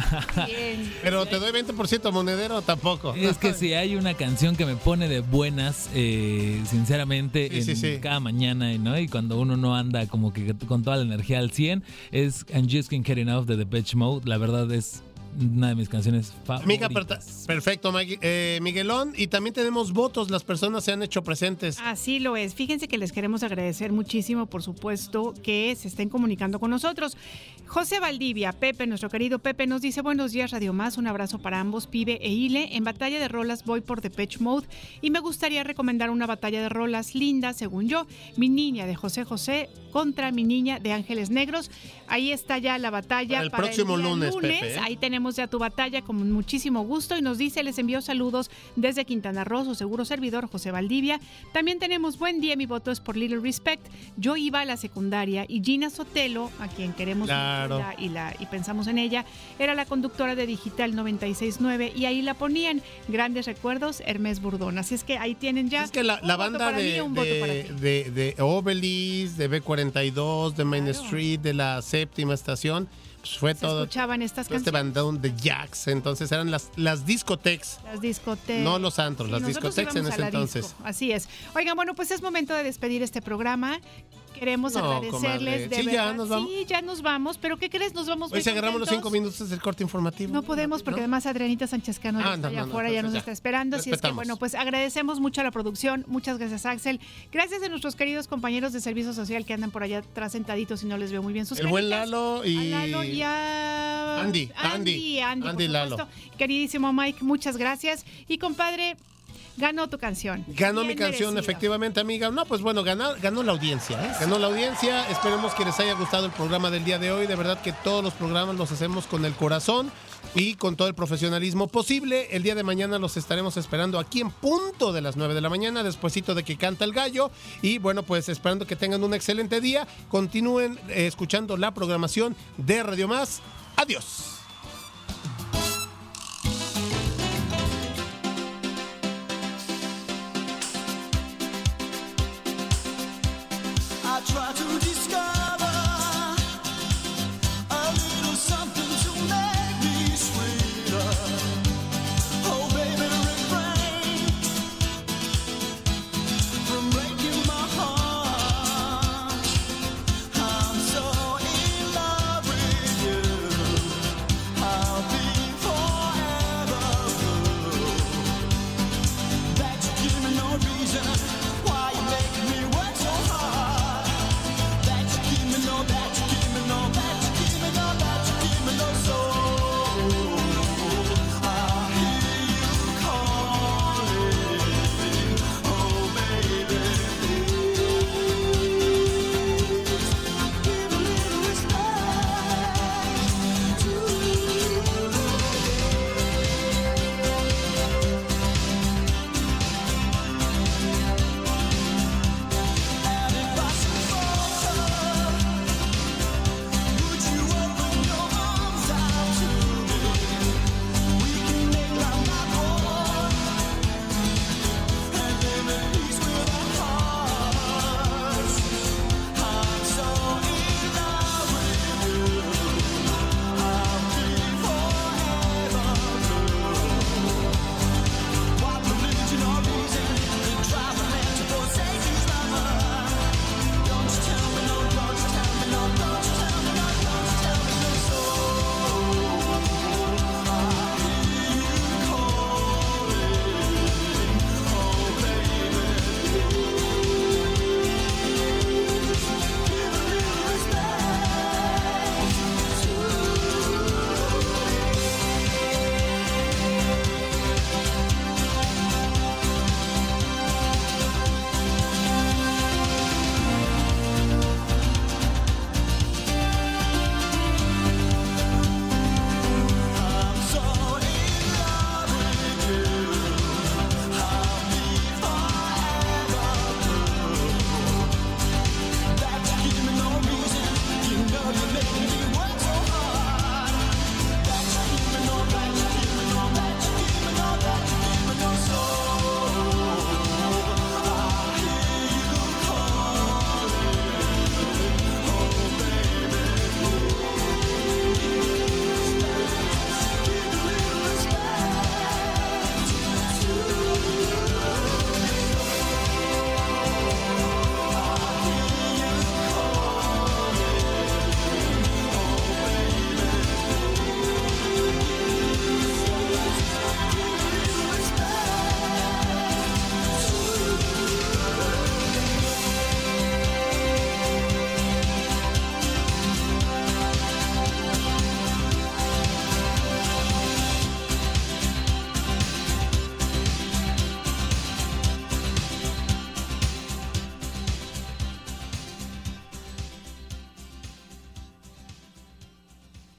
Bien. Pero te doy veinte por ciento monedero tampoco. Es que si hay una canción que me pone de buenas, eh, sinceramente, Sí, sí, en sí. cada mañana, ¿no? Y cuando uno no anda como que con toda la energía al cien, es And Just Can't Get Enough de Depeche Mode. La verdad es una de mis canciones favoritas. Amiga, per- perfecto, Magui- eh, Miguelón. Y también tenemos votos, las personas se han hecho presentes. Así lo es. Fíjense que les queremos agradecer muchísimo, por supuesto, que se estén comunicando con nosotros. José Valdivia, Pepe, nuestro querido Pepe, nos dice buenos días, Radio Más, un abrazo para ambos, Pibe e Ile. En batalla de rolas voy por Depeche Mode y me gustaría recomendar una batalla de rolas linda, según yo, Mi Niña de José José contra Mi Niña de Ángeles Negros. Ahí está ya la batalla Para el para próximo día lunes, Pepe, ¿eh? Ahí tenemos ya tu batalla con muchísimo gusto y nos dice, les envío saludos desde Quintana Roo, su seguro servidor José Valdivia. También tenemos buen día, mi voto es por Little Respect. Yo iba a la secundaria y Gina Sotelo, a quien queremos Claro. mucho y, la- y, la, y pensamos en ella, era la conductora de Digital noventa y seis punto nueve y ahí la ponían. Grandes recuerdos, Hermes Burdón. Así es que ahí tienen ya Es que la, la un voto banda para mí, de, un voto para de, ti. de, de Obelis, de B cuarenta y dos, de Main Street, de la séptima estación, pues fue Se todo, escuchaban estas todo este canciones. bandón de jacks. Entonces eran las, las discoteques. Las discotecas. No los antros, Sí, las nosotros discotecas en íbamos ese a la entonces. disco, así es. Oigan, bueno, pues es momento de despedir este programa. Queremos No, agradecerles comadre. de Sí, ya verdad. nos vamos. Sí, ya nos vamos, pero ¿qué crees? Nos vamos Hoy muy si agarramos los contentos. cinco minutos del corte informativo. No podemos porque ¿No? además Adrianita Sánchez Cano ya Ah, está no, allá no, no, afuera, ya nos entonces está ya. esperando. Así es que Respetamos. bueno, pues agradecemos mucho a la producción. Muchas gracias, Axel. Gracias a nuestros queridos compañeros de Servicio Social que andan por allá atrás sentaditos y no les veo muy bien sus El buen caritas. Lalo y... A Lalo y a... Andy, Andy, Andy, Andy, Andy por Lalo. supuesto. Queridísimo Mike, muchas gracias. Y compadre, ganó tu canción. Ganó Bien mi canción, merecido. efectivamente, amiga. No, pues bueno, ganó, ganó la audiencia. ¿eh? Ganó la audiencia. Esperemos que les haya gustado el programa del día de hoy. De verdad que todos los programas los hacemos con el corazón y con todo el profesionalismo posible. El día de mañana los estaremos esperando aquí en punto de las nueve de la mañana, despuesito de que canta el gallo. Y bueno, pues esperando que tengan un excelente día. Continúen eh, escuchando la programación de Radio Más. Adiós.